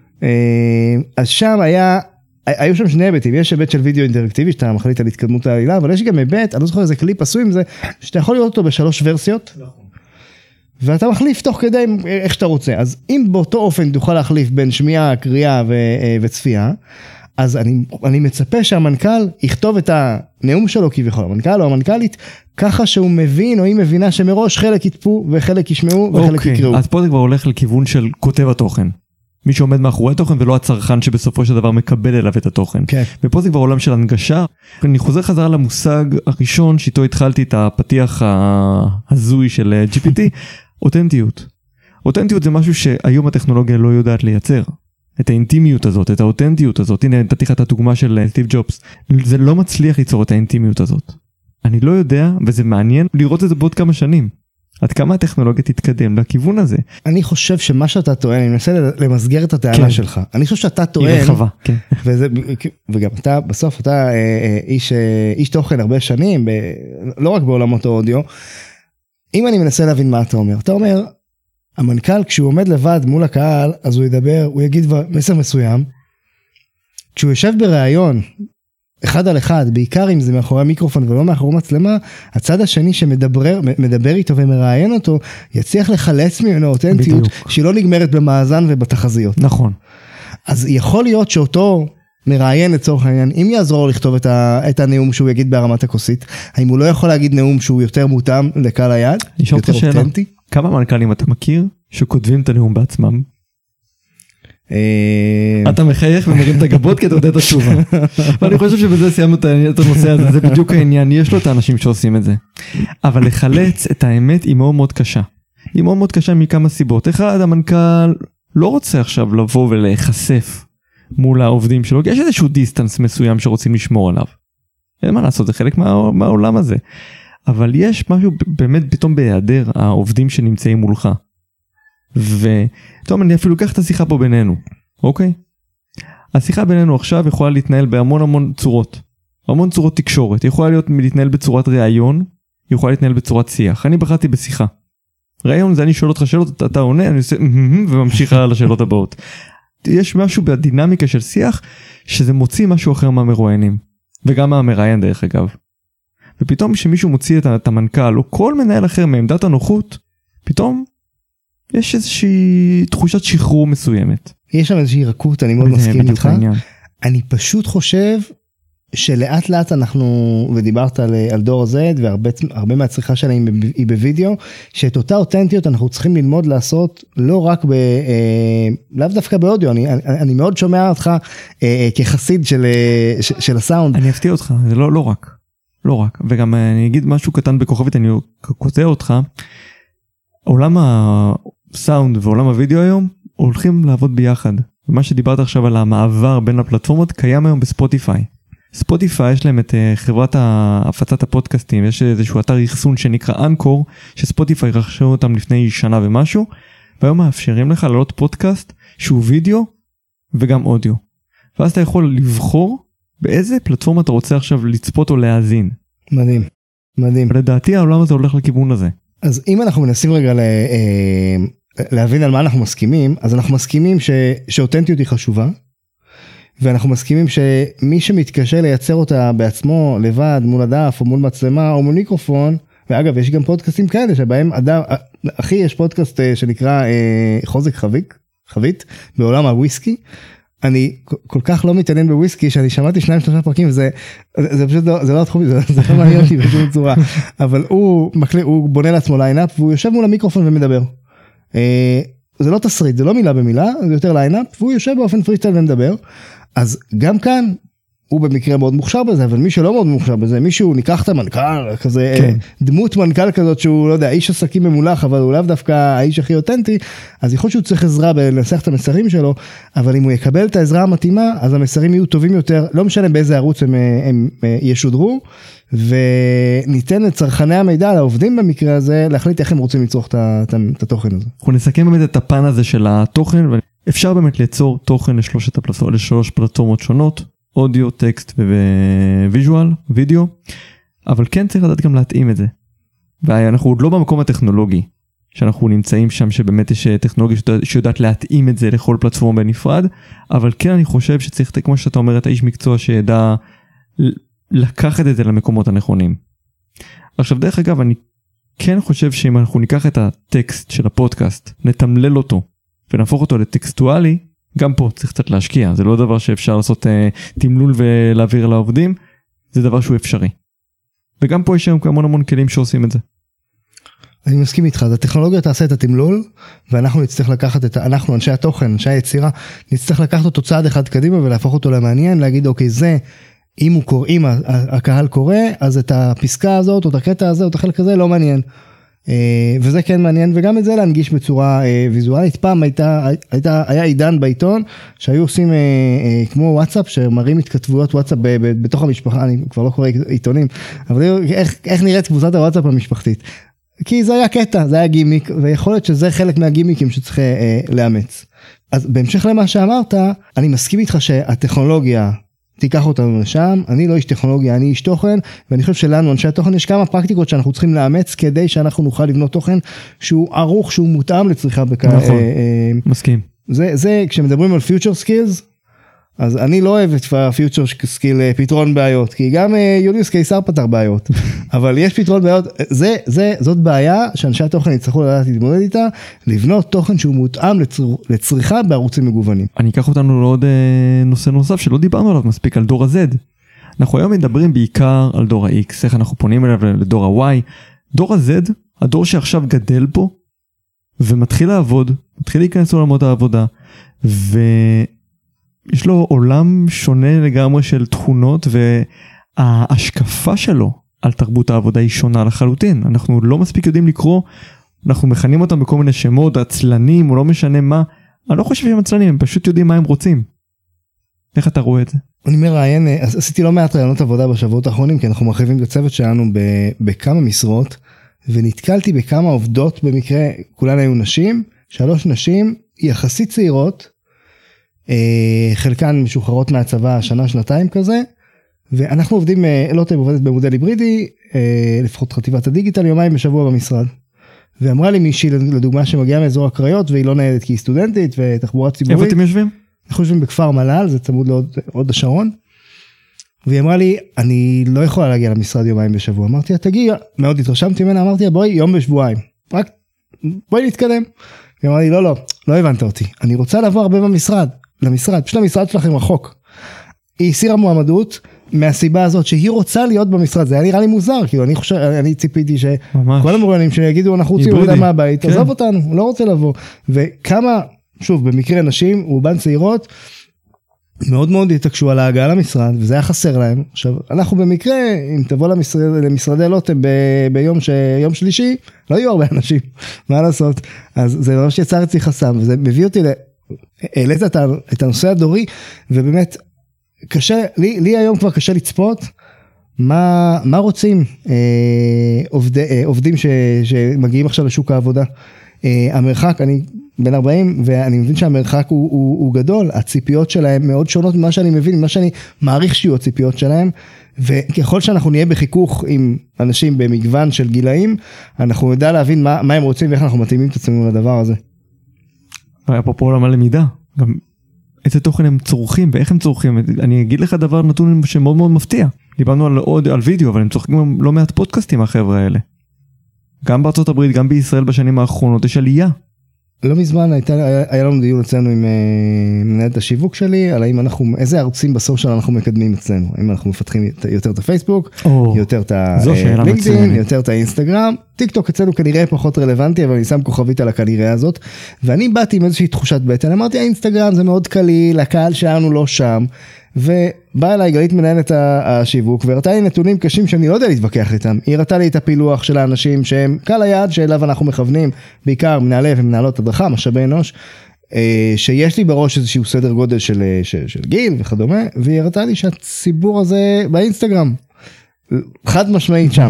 אז שם היו שם שני היבטים, יש היבט של וידאו אינטראקטיבי, שאתה מחליט על התקדמות העלילה, אבל יש גם היבט, אני לא זוכר איזה קליפ עשוי עם זה, שאתה יכול לראות אותו ב3 ורסיות. נכון. ואתה מחליף תוך כדי איך שאתה רוצה. אז אם באותו אופן תוכל להחליף בין שמיעה, קריאה וצפייה, אז אני מצפה שהמנכ"ל יכתוב את הנאום שלו כביכול, המנכ"ל או המנכ"לית, ככה שהוא מבין או היא מבינה שמראש חלק יתפו וחלק ישמעו וחלק יקראו. אז פה זה כבר הולך לכיוון של כותב התוכן. מי שעומד מאחורי התוכן ולא הצרכן שבסופו של דבר מקבל אליו את התוכן. כן. ופה זה כבר עולם של הנגשה. אני חוזר חזרה למושג הראשון שאיתו התחלתי את הפתיח הזוי של GPT, אותנטיות. אותנטיות זה משהו שהיום הטכנולוגיה לא יודעת לייצר. את האינטימיות הזאת, את האותנטיות הזאת. הנה, נתתי לך את הדוגמה של סטיב ג'ובס. זה לא מצליח ליצור את האינטימיות הזאת. אני לא יודע, וזה מעניין לראות את זה בעוד כמה שנים. עד כמה הטכנולוגיה תתקדם לכיוון הזה. אני חושב שמה שאתה טוען, אני מנסה למסגר את הטענה שלך. אני חושב שאתה טוען, היא רחבה, כן. וגם אתה, בסוף אתה איש תוכן הרבה שנים, לא רק בעולמות האודיו. אם אני מנסה להבין מה אתה אומר, אתה אומר, המנכ"ל כשהוא עומד לבד מול הקהל, אז הוא ידבר, הוא יגיד מסר מסוים, כשהוא יושב בראיון, אחד על אחד, בעיקר אם זה מאחורי המיקרופון ולא מאחורי מצלמה, הצד השני שמדבר איתו ומראיין אותו, יצליח לחלץ ממנו אותנטיות, שהיא לא נגמרת במאזן ובתחזיות. נכון. אז יכול להיות שאותו מראיין לצורך העניין, אם יעזור לו לכתוב את הנאום שהוא יגיד בהרמת הכוסית, האם הוא לא יכול להגיד נאום שהוא יותר מותאם לקהל היד? יותר אותנטי? כמה מנכ"לים אתה מכיר שכותבים את הנאום בעצמם? אתה מחייך ומרים את הגבות כי אתה יודע את התשובה. ואני חושב שבזה סיימנו את הנושא הזה, זה בדיוק העניין, יש לו את האנשים שעושים את זה. אבל לחלץ את האמת היא מאוד מאוד קשה. היא מאוד מאוד קשה מכמה סיבות. אחד, המנכ"ל לא רוצה עכשיו לבוא ולהיחשף מול העובדים שלו, כי יש איזשהו דיסטנס מסוים שרוצים לשמור עליו. אין מה לעשות, זה חלק מהעולם הזה. אבל יש משהו באמת פתאום בהיעדר העובדים שנמצאים מולך. וטוב, אני אפילו אקח את השיחה פה בינינו, אוקיי? השיחה בינינו עכשיו יכולה להתנהל בהמון המון צורות. המון צורות תקשורת. היא יכולה להתנהל בצורת ראיון, היא יכולה להתנהל בצורת שיח. אני בחרתי בשיחה. ראיון זה אני שואל אותך שאלות, אתה עונה, אני עושה וממשיך על השאלות הבאות. יש משהו בדינמיקה של שיח, שזה מוציא משהו אחר מהמרואיינים. וגם מהמראיין דרך אגב. ופתאום כשמישהו מוציא את המנכ"ל, או כל מנהל אחר מעמדת הנוחות, פתאום יש איזושהי תחושת שחרור מסוימת. יש שם איזושהי רכות, אני מאוד מסכים איתך. אני פשוט חושב שלאט לאט אנחנו, ודיברת על דור Z, והרבה מהצריכה שלהם היא בווידאו, שאת אותה אותנטיות אנחנו צריכים ללמוד לעשות, לא רק לאו דווקא באודיו, אני מאוד שומע אותך כחסיד של הסאונד. אני אפתיע אותך, זה לא רק. לא רק, וגם אני אגיד משהו קטן בכוכבית, אני קוטע אותך, עולם הסאונד ועולם הוידאו היום הולכים לעבוד ביחד. ומה שדיברת עכשיו על המעבר בין הפלטפורמות, קיים היום בספוטיפיי. ספוטיפיי יש להם את חברת הפצת הפודקאסטים, יש איזשהו אתר אחסון שנקרא אנקור, שספוטיפיי רכשו אותם לפני שנה ומשהו, והיום מאפשרים לך לעלות פודקאסט שהוא וידאו וגם אודיו. ואז אתה יכול לבחור באיזה פלטפורמה אתה רוצה עכשיו לצפות או להאזין. מדהים, מדהים. ולדעתי העולם הזה הולך לכיוון הזה. אז אם אנחנו מנסים רגע להבין על מה אנחנו מסכימים, אז אנחנו מסכימים שאותנטיות היא חשובה, ואנחנו מסכימים שמי שמתקשה לייצר אותה בעצמו, לבד, מול הדף, או מול מצלמה, או מול מיקרופון, ואגב, יש גם פודקאסטים כאלה, שבהם אדם, אחי, יש פודקאסט שנקרא חוזק חבית, בעולם הוויסקי, אני כל כך לא מתעניין בוויסקי, שאני שמעתי 2-3 פרקים, זה פשוט לא, זה לא התחום, זה לא מעניין אותי בשום צורה, אבל הוא בונה לעצמו ליינאפ, והוא יושב מול המיקרופון ומדבר. זה לא תסריט, זה לא מילה במילה, זה יותר ליינאפ, והוא יושב באופן פריסטייל ומדבר, אז גם כאן, הוא במקרה מאוד מוכשר בזה, אבל מי שלא מאוד מוכשר בזה, מישהו ניקח את המנכ"ל, כזה, כן. דמות מנכ"ל כזאת שהוא, לא יודע, איש עסקים ממולח, אבל הוא לאו דווקא האיש הכי אותנטי, אז יכול שהוא צריך עזרה בלנסח את המסרים שלו, אבל אם הוא יקבל את העזרה המתאימה, אז המסרים יהיו טובים יותר, לא משנה באיזה ערוץ הם ישודרו, וניתן לצרכני המידע, לעובדים במקרה הזה, להחליט איך הם רוצים לצרוך את התוכן הזה. אנחנו נסכם באמת את הפן הזה של התוכן, ואפשר באמת ליצור תוכן לשלוש פלטפורמות שונות, אודיו, טקסט וויז'ואל, וידאו, אבל כן צריך לדעת גם להתאים את זה. ואנחנו עוד לא במקום הטכנולוגי, שאנחנו נמצאים שם שבאמת יש טכנולוגיה שיודעת להתאים את זה לכל פלטפורמה בנפרד, אבל כן אני חושב שצריך, כמו שאתה אומר, את האיש מקצוע שידע לקחת את זה למקומות הנכונים. עכשיו דרך אגב, אני כן חושב שאם אנחנו ניקח את הטקסט של הפודקאסט, נתמלל אותו, ונהפוך אותו לטקסטואלי, גם פה צריך קצת להשקיע, זה לא דבר שאפשר לעשות תמלול ולהעביר לעובדים, זה דבר שהוא אפשרי. וגם פה יש היום המון כלים שעושים את זה. אני מסכים איתך, הטכנולוגיה תעשה את התמלול, ואנחנו נצטרך לקחת אנחנו אנשי התוכן, אנשי היצירה, נצטרך לקחת אותו צעד אחד קדימה ולהפוך אותו למעניין, להגיד אוקיי זה, אם הקהל קורא, אז את הפסקה הזאת, או את הקטע הזה, או את החלק הזה, לא מעניין. וזה כן מעניין, וגם את זה להנגיש בצורה ויזואלית. פעם היה עידן בעיתון, שהיו עושים כמו וואטסאפ, שמראים התכתבויות וואטסאפ בתוך המשפחה, אני כבר לא קורא עיתונים, אבל איך נראית קבוצת הוואטסאפ המשפחתית? כי זה היה קטע, זה היה גימיק, ויכול להיות שזה חלק מהגימיקים שצריך לאמץ. אז בהמשך למה שאמרת, אני מסכים איתך שהטכנולוגיה תיקח אותנו לשם, אני לא איש טכנולוגיה, אני איש תוכן, ואני חושב שלנו, אנשי התוכן, יש כמה פרקטיקות שאנחנו צריכים לאמץ, כדי שאנחנו נוכל לבנות תוכן שהוא ערוך, שהוא מותאם לצריכה נכון, מסכים. זה, כשמדברים על future skills, אז אני לא אוהב את future skill פתרון בעיות, כי גם יוליוס קיסר פתר בעיות, אבל יש פתרון בעיות, זאת בעיה שאנשי התוכן יצטרכו לדעת להתמודד איתה, לבנות תוכן שהוא מותאם לצריכה בערוצים מגוונים. אני אקח אותנו לעוד נושא נוסף שלא דיברנו עליו מספיק, על דור ה-Z. אנחנו היום מדברים בעיקר על דור ה-X, איך אנחנו פונים אליו לדור ה-Y. דור ה-Z, הדור שעכשיו גדל פה, ומתחיל לעבוד, מתחיל להיכנס לעולמות העבודה, יש לו עולם שונה לגמרי של תכונות, וההשקפה שלו על תרבות העבודה היא שונה לחלוטין. אנחנו לא מספיק יודעים לקרוא, אנחנו מכנים אותם בכל מיני שמות, עצלנים, או לא משנה מה. אני לא חושב שהם עצלנים, הם פשוט יודעים מה הם רוצים. איך אתה רואה את זה? אני מראיין, עשיתי לא מעט רעיונות עבודה בשבועות האחרונים, כי אנחנו מרחיבים את הצוות שלנו בכמה משרות, ונתקלתי בכמה עובדות במקרה, כולן היו נשים, 3 נשים יחסית צעירות, חלקן משוחררות מהצבא, שנה-שנתיים כזה, ואנחנו עובדים, לא תהיה עובדת במודל היברידי, לפחות חטיבת הדיגיטל, יומיים בשבוע במשרד. ואמרה לי מישהי, לדוגמה, שמגיעה מאזור הקריות, והיא לא נהלת כי היא סטודנטית ותחבורה ציבורית. איפה אתם יושבים? אנחנו יושבים בכפר מל"ל, זה צמוד לעוד השרון, והיא אמרה לי, אני לא יכולה להגיע למשרד יומיים בשבוע. אמרתי לה, תגיע, מאוד התרשמתי ממנה, אמרתי לה, בואי, יום בשבועיים. רק, בואי נתקדם. היא אמרה לי, לא הבנת אותי. אני רוצה לבוא הרבה למשרד, פשוט המשרד שלכם רחוק. היא הסירה מועמדות מהסיבה הזאת שהיא רוצה להיות במשרד, זה היה נראה לי מוזר, כאילו אני ציפיתי שכל המרואיינים שלי יגידו, אנחנו רוצים עבודה מהבית, עזוב אותנו, לא רוצה לבוא. וכמה, שוב, במקרה נשים, רובן צעירות, מאוד מאוד התעקשו על ההגעה למשרד, וזה היה חסר להם. עכשיו, אנחנו במקרה, אם תבוא למשרדי לוטם ביום שלישי, לא יהיו הרבה אנשים, מה לעשות? אז זה לא שיצר אצלי חסם, וזה מביא אותי העלית את הנושא הדורי, ובאמת, קשה, לי היום כבר קשה לצפות, מה רוצים עובדים שמגיעים עכשיו לשוק העבודה. המרחק, אני בן 40, ואני מבין שהמרחק הוא גדול, הציפיות שלהם מאוד שונות ממה שאני מבין, ממה שאני מעריך שיהיו הציפיות שלהם, וככל שאנחנו נהיה בחיכוך עם אנשים במגוון של גילאים, אנחנו נדע להבין מה הם רוצים ואיך אנחנו מתאימים את עצמנו לדבר הזה. אפרופו עולם הלמידה, גם איזה תוכן הם צורכים ואיך הם צורכים. אני אגיד לך דבר נתון שמאוד מאוד מפתיע. דיברנו על וידאו, אבל הם צורכים לא מעט פודקאסטים החבר'ה האלה. גם בארצות הברית, גם בישראל בשנים האחרונות, יש עלייה. לא מזמן היה לנו דיון אצלנו עם מנהלת השיווק שלי, על איזה ערוצים בסושיאל אנחנו מקדמים אצלנו. האם אנחנו מפתחים יותר את הפייסבוק, יותר את הלינקדאין, יותר את האינסטגרם. טיק טוק אצלנו כנראה פחות רלוונטי, אבל אני שם כוכבית על הכנראה הזאת. ואני באתי עם איזושהי תחושת בטן, אמרתי, האינסטגרם זה מאוד קליל, הקהל שלנו לא שם. ובאה אליי גלית מנהלת השיווק, והראתה לי נתונים קשים שאני לא יודע להתווכח איתם. היא הראתה לי את הפילוח של האנשים שהם קהל היעד שאליו אנחנו מכוונים, בעיקר מנהלי ומנהלות הדרכה, משאבי אנוש, שיש לי בראש איזשהו סדר גודל של גיל וכדומה, והיא הראתה לי שהציבור הזה באינסטגרם, חד משמעית שם.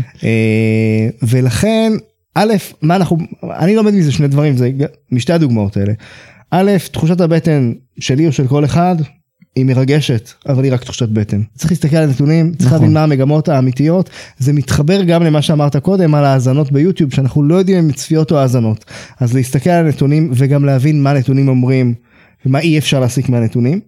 ולכן, א', אני לומד מזה שני דברים, זה משתי הדוגמאות האלה. א', תחושת הבטן שלי או של כל אחד, היא מרגשת, אבל היא רק תחושת בטן. צריך להסתכל על הנתונים, צריך להבין מה המגמות האמיתיות, זה מתחבר גם למה שאמרת קודם, על האזנות ביוטיוב, שאנחנו לא יודעים אם צפיות או האזנות. אז להסתכל על הנתונים, וגם להבין מה הנתונים אומרים, ומה אי אפשר להסיק מהנתונים.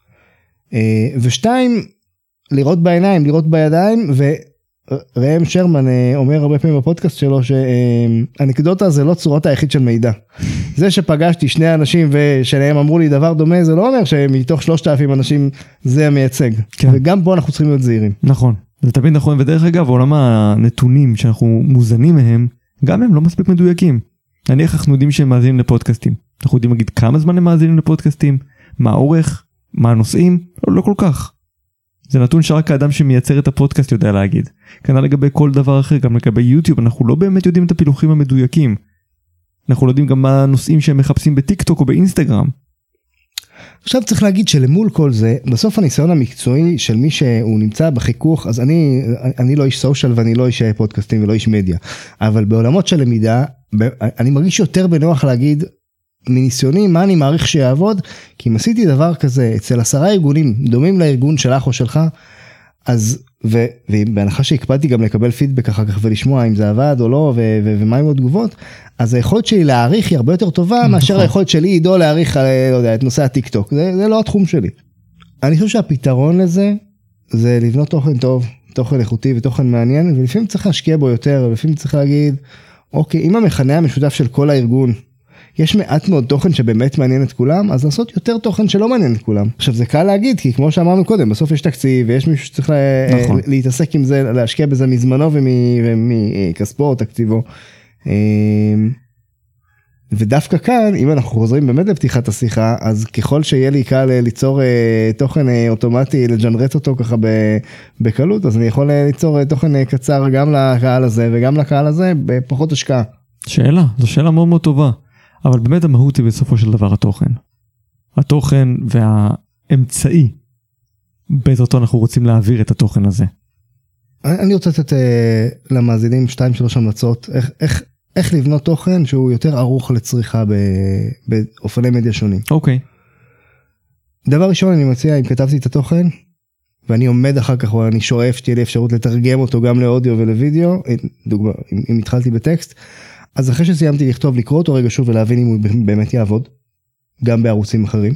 ושתיים, לראות בעיניים, לראות בידיים, ראם שרמן אומר הרבה פעמים בפודקאסט שלו, שאנקדוטה זה לא צורת היחיד של מידע. זה שפגשתי שני אנשים ושלהם אמרו לי דבר דומה, זה לא אומר שמתוך 3,000 אנשים זה המייצג. כן. וגם פה אנחנו צריכים להיות זהירים. נכון, זה תמיד נכון, ודרך אגב, עולם הנתונים שאנחנו מוזנים מהם, גם הם לא מספיק מדויקים. נניח אנחנו יודעים שהם מאזינים לפודקאסטים. אנחנו יודעים להגיד כמה זמן הם מאזינים לפודקאסטים, מה האורך, מה הנושאים, לא כל כך. זה נתון שרק האדם שמייצר את הפודקאסט יודע להגיד. כנ"ל לגבי כל דבר אחר, גם לגבי יוטיוב, אנחנו לא באמת יודעים את הפילוחים המדויקים. אנחנו לא יודעים גם מה הנושאים שהם מחפשים בטיק טוק או באינסטגרם. עכשיו צריך להגיד שלמול כל זה, בסוף הניסיון המקצועי של מי שהוא נמצא בחיכוך, אז אני לא איש סושיאל ואני לא איש פודקאסטים ולא איש מדיה, אבל בעולמות של למידה, אני מרגיש יותר בנוח להגיד, מניסיוני, מה אני מעריך שיעבוד, כי אם עשיתי דבר כזה, אצל 10 ארגונים, דומים לארגון שלך או שלך, אז, ובהנחה שהקפדתי גם לקבל פידבק אחר כך, ולשמוע אם זה עבד או לא, ומה עם התגובות, אז היכולת שלי להעריך היא הרבה יותר טובה, מאשר היכולת שלי עידו להעריך, לא יודע, את נושא הטיק טוק, זה לא התחום שלי. אני חושב שהפתרון לזה, זה לבנות תוכן טוב, תוכן איכותי ותוכן מעניין, ולפעמים צריך להשקיע בו יותר, ולפעמים צריך להגיד, אוקיי, אם המכנה המשותף של כל הארגון, יש מעט מאוד תוכן שבאמת מעניין את כולם, אז לעשות יותר תוכן שלא מעניין את כולם. עכשיו זה קל להגיד, כי כמו שאמרנו קודם, בסוף יש תקציב, ויש מישהו שצריך להתעסק עם זה, להשקיע בזה מזמנו ומכספו או תקציבו. ודווקא כאן, אם אנחנו חוזרים באמת לפתיחת השיחה, אז ככל שיהיה לי קל ליצור תוכן אוטומטי, לג'נרט אותו ככה בקלות, אז אני יכול ליצור תוכן קצר גם לקהל הזה, וגם לקהל הזה בפחות השקעה. זו שאלה מאוד מאוד טובה. אבל באמת המהות היא בסופו של דבר התוכן. התוכן והאמצעי, בעזרתו אנחנו רוצים להעביר את התוכן הזה. אני רוצה לתת למאזינים 2-3 המלצות, איך לבנות תוכן שהוא יותר ערוך לצריכה באופני מדיה שונים. אוקיי. דבר ראשון אני מציע, אם כתבתי את התוכן, ואני עומד אחר כך, או אני שואף שתהיה לי אפשרות לתרגם אותו גם לאודיו ולוידאו, דוגמה, אם התחלתי בטקסט, אז אחרי שסיימתי לכתוב, לקרוא אותו רגע שוב ולהבין אם הוא באמת יעבוד, גם בערוצים אחרים.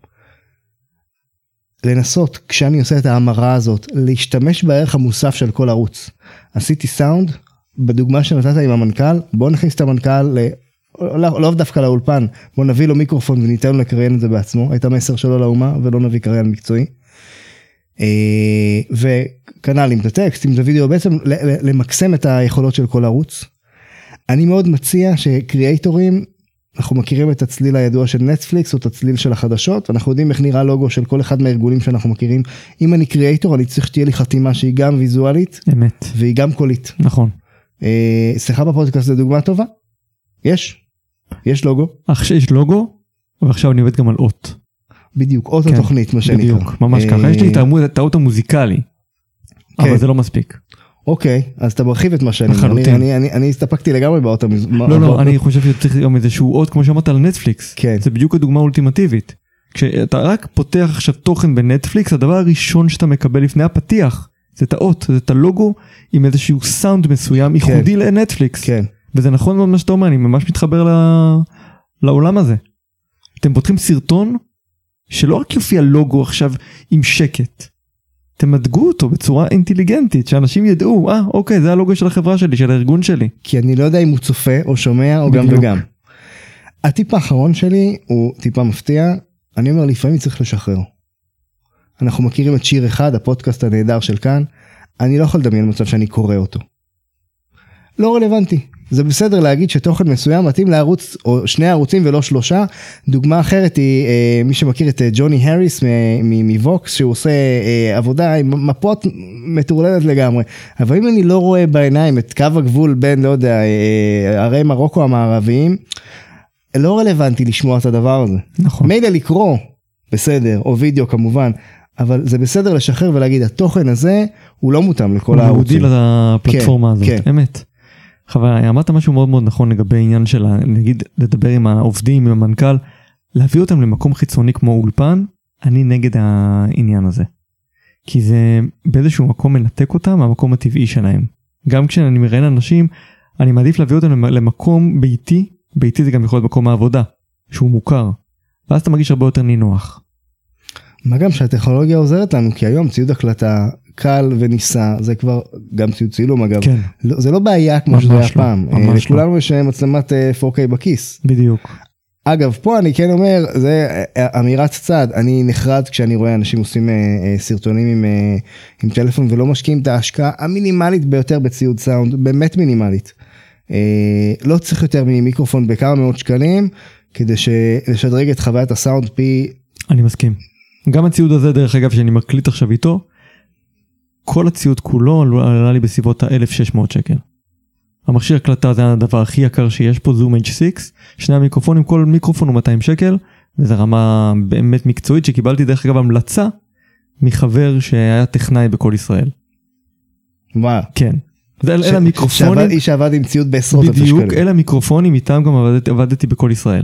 לנסות, כשאני עושה את ההמרה הזאת, להשתמש בערך המוסף של כל ערוץ. עשיתי סאונד, בדוגמה שנתת עם המנכ"ל, בוא נכניס את המנכ"ל, לא דווקא לאולפן, בוא נביא לו מיקרופון וניתן לו לקריין את זה בעצמו, את המסר שלו לאומה, ולא נביא קריין מקצועי. וכנ"ל עם את הטקסט, עם את הוידאו, בעצם למקסם את היכולות של כל ערוץ. אני מאוד מציע שקריאייטורים, אנחנו מכירים את הצליל הידוע של נטפליקס, או את הצליל של החדשות, ואנחנו יודעים איך נראה לוגו של כל אחד מהארגונים שאנחנו מכירים. אם אני קריאייטור, אני צריך שתהיה לי חתימה שהיא גם ויזואלית, אמת. והיא גם קולית. נכון. שיחה בפודקאסט זה דוגמה טובה? יש לוגו. יש לוגו, ועכשיו אני עובד גם על אות. בדיוק, אות התוכנית, מה שנקרא. בדיוק, ממש ככה. יש לי את האות המוזיקלי, אבל זה לא מספיק. אוקיי, אז אתה מרחיב את מה שאני אומר. אני הסתפקתי לגמרי באות המוזיקלי. לא, אני חושב שצריך גם איזשהו אות, כמו שאמרת על נטפליקס. זה בדיוק הדוגמה האולטימטיבית. כשאתה רק פותח עכשיו תוכן בנטפליקס, הדבר הראשון שאתה מקבל לפני הפתיח, זה את האות, זה את הלוגו, עם איזשהו סאונד מסוים, ייחודי לנטפליקס. וזה נכון מאוד מה שאתה אומר, אני ממש מתחבר לעולם הזה. אתם פותחים סרטון, שלא רק יופיע לוגו עכשיו עם שקט, אתם מדגו אותו בצורה אינטליגנטית, שאנשים ידעו, אוקיי, זה הלוגו של החברה שלי, של הארגון שלי. כי אני לא יודע אם הוא צופה או שומע או גם וגם. הטיפ האחרון שלי הוא טיפה מפתיע, אני אומר לפעמים צריך לשחרר. אנחנו מכירים את שיר אחד, הפודקאסט הנהדר של כאן, אני לא יכול לדמיין מצב שאני קורא אותו. לא רלוונטי. זה בסדר להגיד שתוכן מסוים מתאים לערוץ או שני ערוצים ולא שלושה. דוגמה אחרת היא מי שמכיר את ג'וני הריס מווקס, שהוא עושה עבודה עם מפות מטורללת לגמרי. אבל אם אני לא רואה בעיניים את קו הגבול בין, לא יודע, ערי מרוקו המערביים, לא רלוונטי לשמוע את הדבר הזה. נכון. מילא לקרוא, בסדר, או וידאו כמובן, אבל זה בסדר לשחרר ולהגיד, התוכן הזה הוא לא מותאם לכל הערוצים. הוא יהודי לפלטפורמה הזאת, אמת. חבר, אמרת משהו מאוד מאוד נכון לגבי עניין של, נגיד, לדבר עם העובדים, עם המנכ"ל, להביא אותם למקום חיצוני כמו אולפן, אני נגד העניין הזה. כי זה באיזשהו מקום מנתק אותם מהמקום הטבעי שלהם. גם כשאני מראיין אנשים, אני מעדיף להביא אותם למקום ביתי, ביתי זה גם יכול להיות מקום העבודה, שהוא מוכר, ואז אתה מרגיש הרבה יותר נינוח. מה גם שהטכנולוגיה עוזרת לנו, כי היום ציוד הקלטה קל וניסה, זה כבר גם ציוד צילום אגב, כן. זה לא בעיה כמו שזה היה פעם, לכולנו יש מצלמת 4K בכיס. בדיוק. אגב, פה אני כן אומר, זה אמירת צד, אני נחרד כשאני רואה אנשים עושים סרטונים עם טלפון, ולא משקיעים את ההשקעה המינימלית ביותר בציוד סאונד, באמת מינימלית. לא צריך יותר ממיקרופון בכמה מאות שקלים, כדי לשדרג את חוויית הסאונד פי... אני מסכים. גם הציוד הזה, דרך אגב, שאני מקליט עכשיו איתו, כל הציוד כולו עלה לי בסביבות ה-1,600 שקל. המכשיר הקלטה זה הדבר הכי יקר שיש פה, זום H6, שני המיקרופונים, כל מיקרופון הוא 200 שקל, וזו רמה באמת מקצועית שקיבלתי דרך אגב המלצה מחבר שהיה טכנאי בכל ישראל. וואו. כן. אלה המיקרופונים. איש שעבד עם ציוד בעשרות אלפי שקלים. בדיוק, אלה המיקרופונים, איתם גם עבדתי בכל ישראל.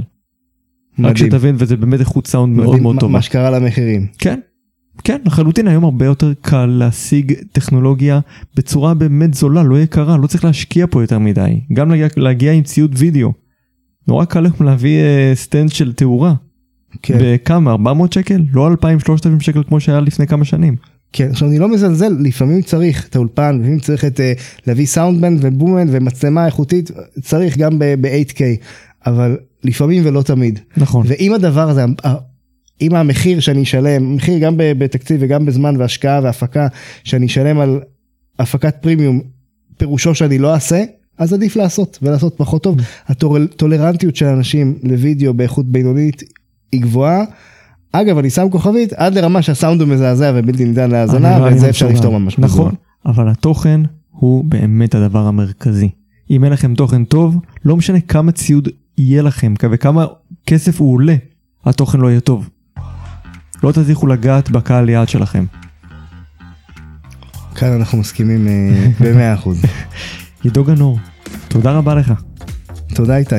רק שתבין, וזה באמת איכות סאונד מאוד מאוד טובה. מה שקרה למחירים. כן, כן, לחלוטין היום הרבה יותר קל להשיג טכנולוגיה בצורה באמת זולה, לא יקרה, לא צריך להשקיע פה יותר מדי. גם להגיע עם ציוד וידאו. נורא קל לכם להביא סטנד של תאורה. כן. בכמה? 400 שקל? לא 2,000-3,000 שקל כמו שהיה לפני כמה שנים. כן, עכשיו אני לא מזלזל, לפעמים צריך את האולפן, לפעמים צריך להביא סאונדבנד ובומנד ומצלמה איכותית, צריך גם ב-8K, אבל לפעמים ולא תמיד. נכון. ואם הדבר הזה, אם המחיר שאני אשלם, מחיר גם בתקציב וגם בזמן והשקעה והפקה, שאני אשלם על הפקת פרימיום, פירושו שאני לא אעשה, אז עדיף לעשות, ולעשות פחות טוב. הטולרנטיות של אנשים לוידאו באיכות בינונית היא גבוהה, אגב, אני שם כוכבית עד לרמה שהסאונד הוא מזעזע ובלתי ניתן להאזנה, ואת זה אפשר לפתור ממש. נכון, אבל התוכן הוא באמת הדבר המרכזי. אם אין לכם תוכן טוב, לא משנה כמה ציוד יהיה לכם, וכמה כסף הוא עולה, התוכן לא יהיה טוב. לא תצליחו לגעת בקהל יעד שלכם. כאן אנחנו מסכימים ב-100%. עידו גנור, תודה רבה לך. תודה איתי.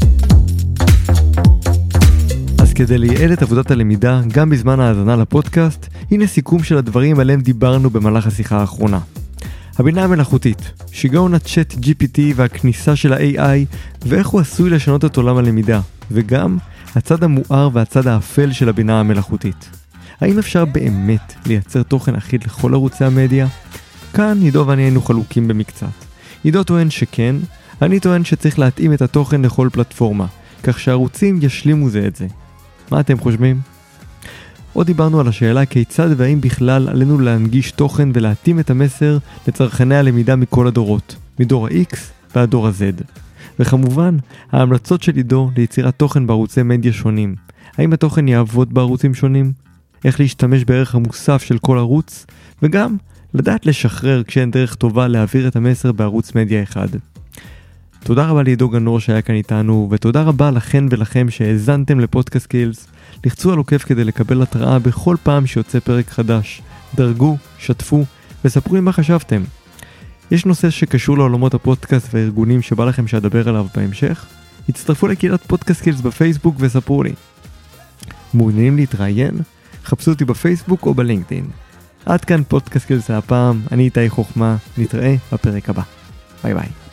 אז כדי לייעל את עבודת הלמידה, גם בזמן ההאזנה לפודקאסט, הנה סיכום של הדברים עליהם דיברנו במהלך השיחה האחרונה. הבינה המלאכותית, שיגעון הצ'אט GPT והכניסה של ה-AI, ואיך הוא עשוי לשנות את עולם הלמידה, וגם הצד המואר והצד האפל של הבינה המלאכותית. האם אפשר באמת לייצר תוכן אחיד לכל ערוצי המדיה? כאן עידו ואני היינו חלוקים במקצת. עידו טוען שכן, אני טוען שצריך להתאים את התוכן לכל פלטפורמה, כך שהערוצים ישלימו זה את זה. מה אתם חושבים? עוד דיברנו על השאלה כיצד והאם בכלל עלינו להנגיש תוכן ולהתאים את המסר לצרכני הלמידה מכל הדורות, מדור ה-X ועד דור ה-Z. וכמובן, ההמלצות של עידו ליצירת תוכן בערוצי מדיה שונים. האם התוכן יעבוד בערוצים שונים? איך להשתמש בערך המוסף של כל ערוץ? וגם לדעת לשחרר כשאין דרך טובה להעביר את המסר בערוץ מדיה אחד. תודה רבה לעידו גנור שהיה כאן איתנו, ותודה רבה לכן ולכם שהאזנתם לפודקאסט סקילס. לחצו על עוקב כדי לקבל התראה בכל פעם שיוצא פרק חדש. דרגו, שתפו וספרו לי מה חשבתם. יש נושא שקשור לעולמות הפודקאסט והארגונים שבא לכם שאדבר עליו בהמשך? הצטרפו לקהילת פודקאסט סקילס בפייסבוק וספרו לי. מעוניינים להתראיין? חפשו אותי בפייסבוק או בלינקדאין. עד כאן פודקאסט סקילס הפעם, אני איתי חוכמה, נתראה בפרק הבא. ביי ביי.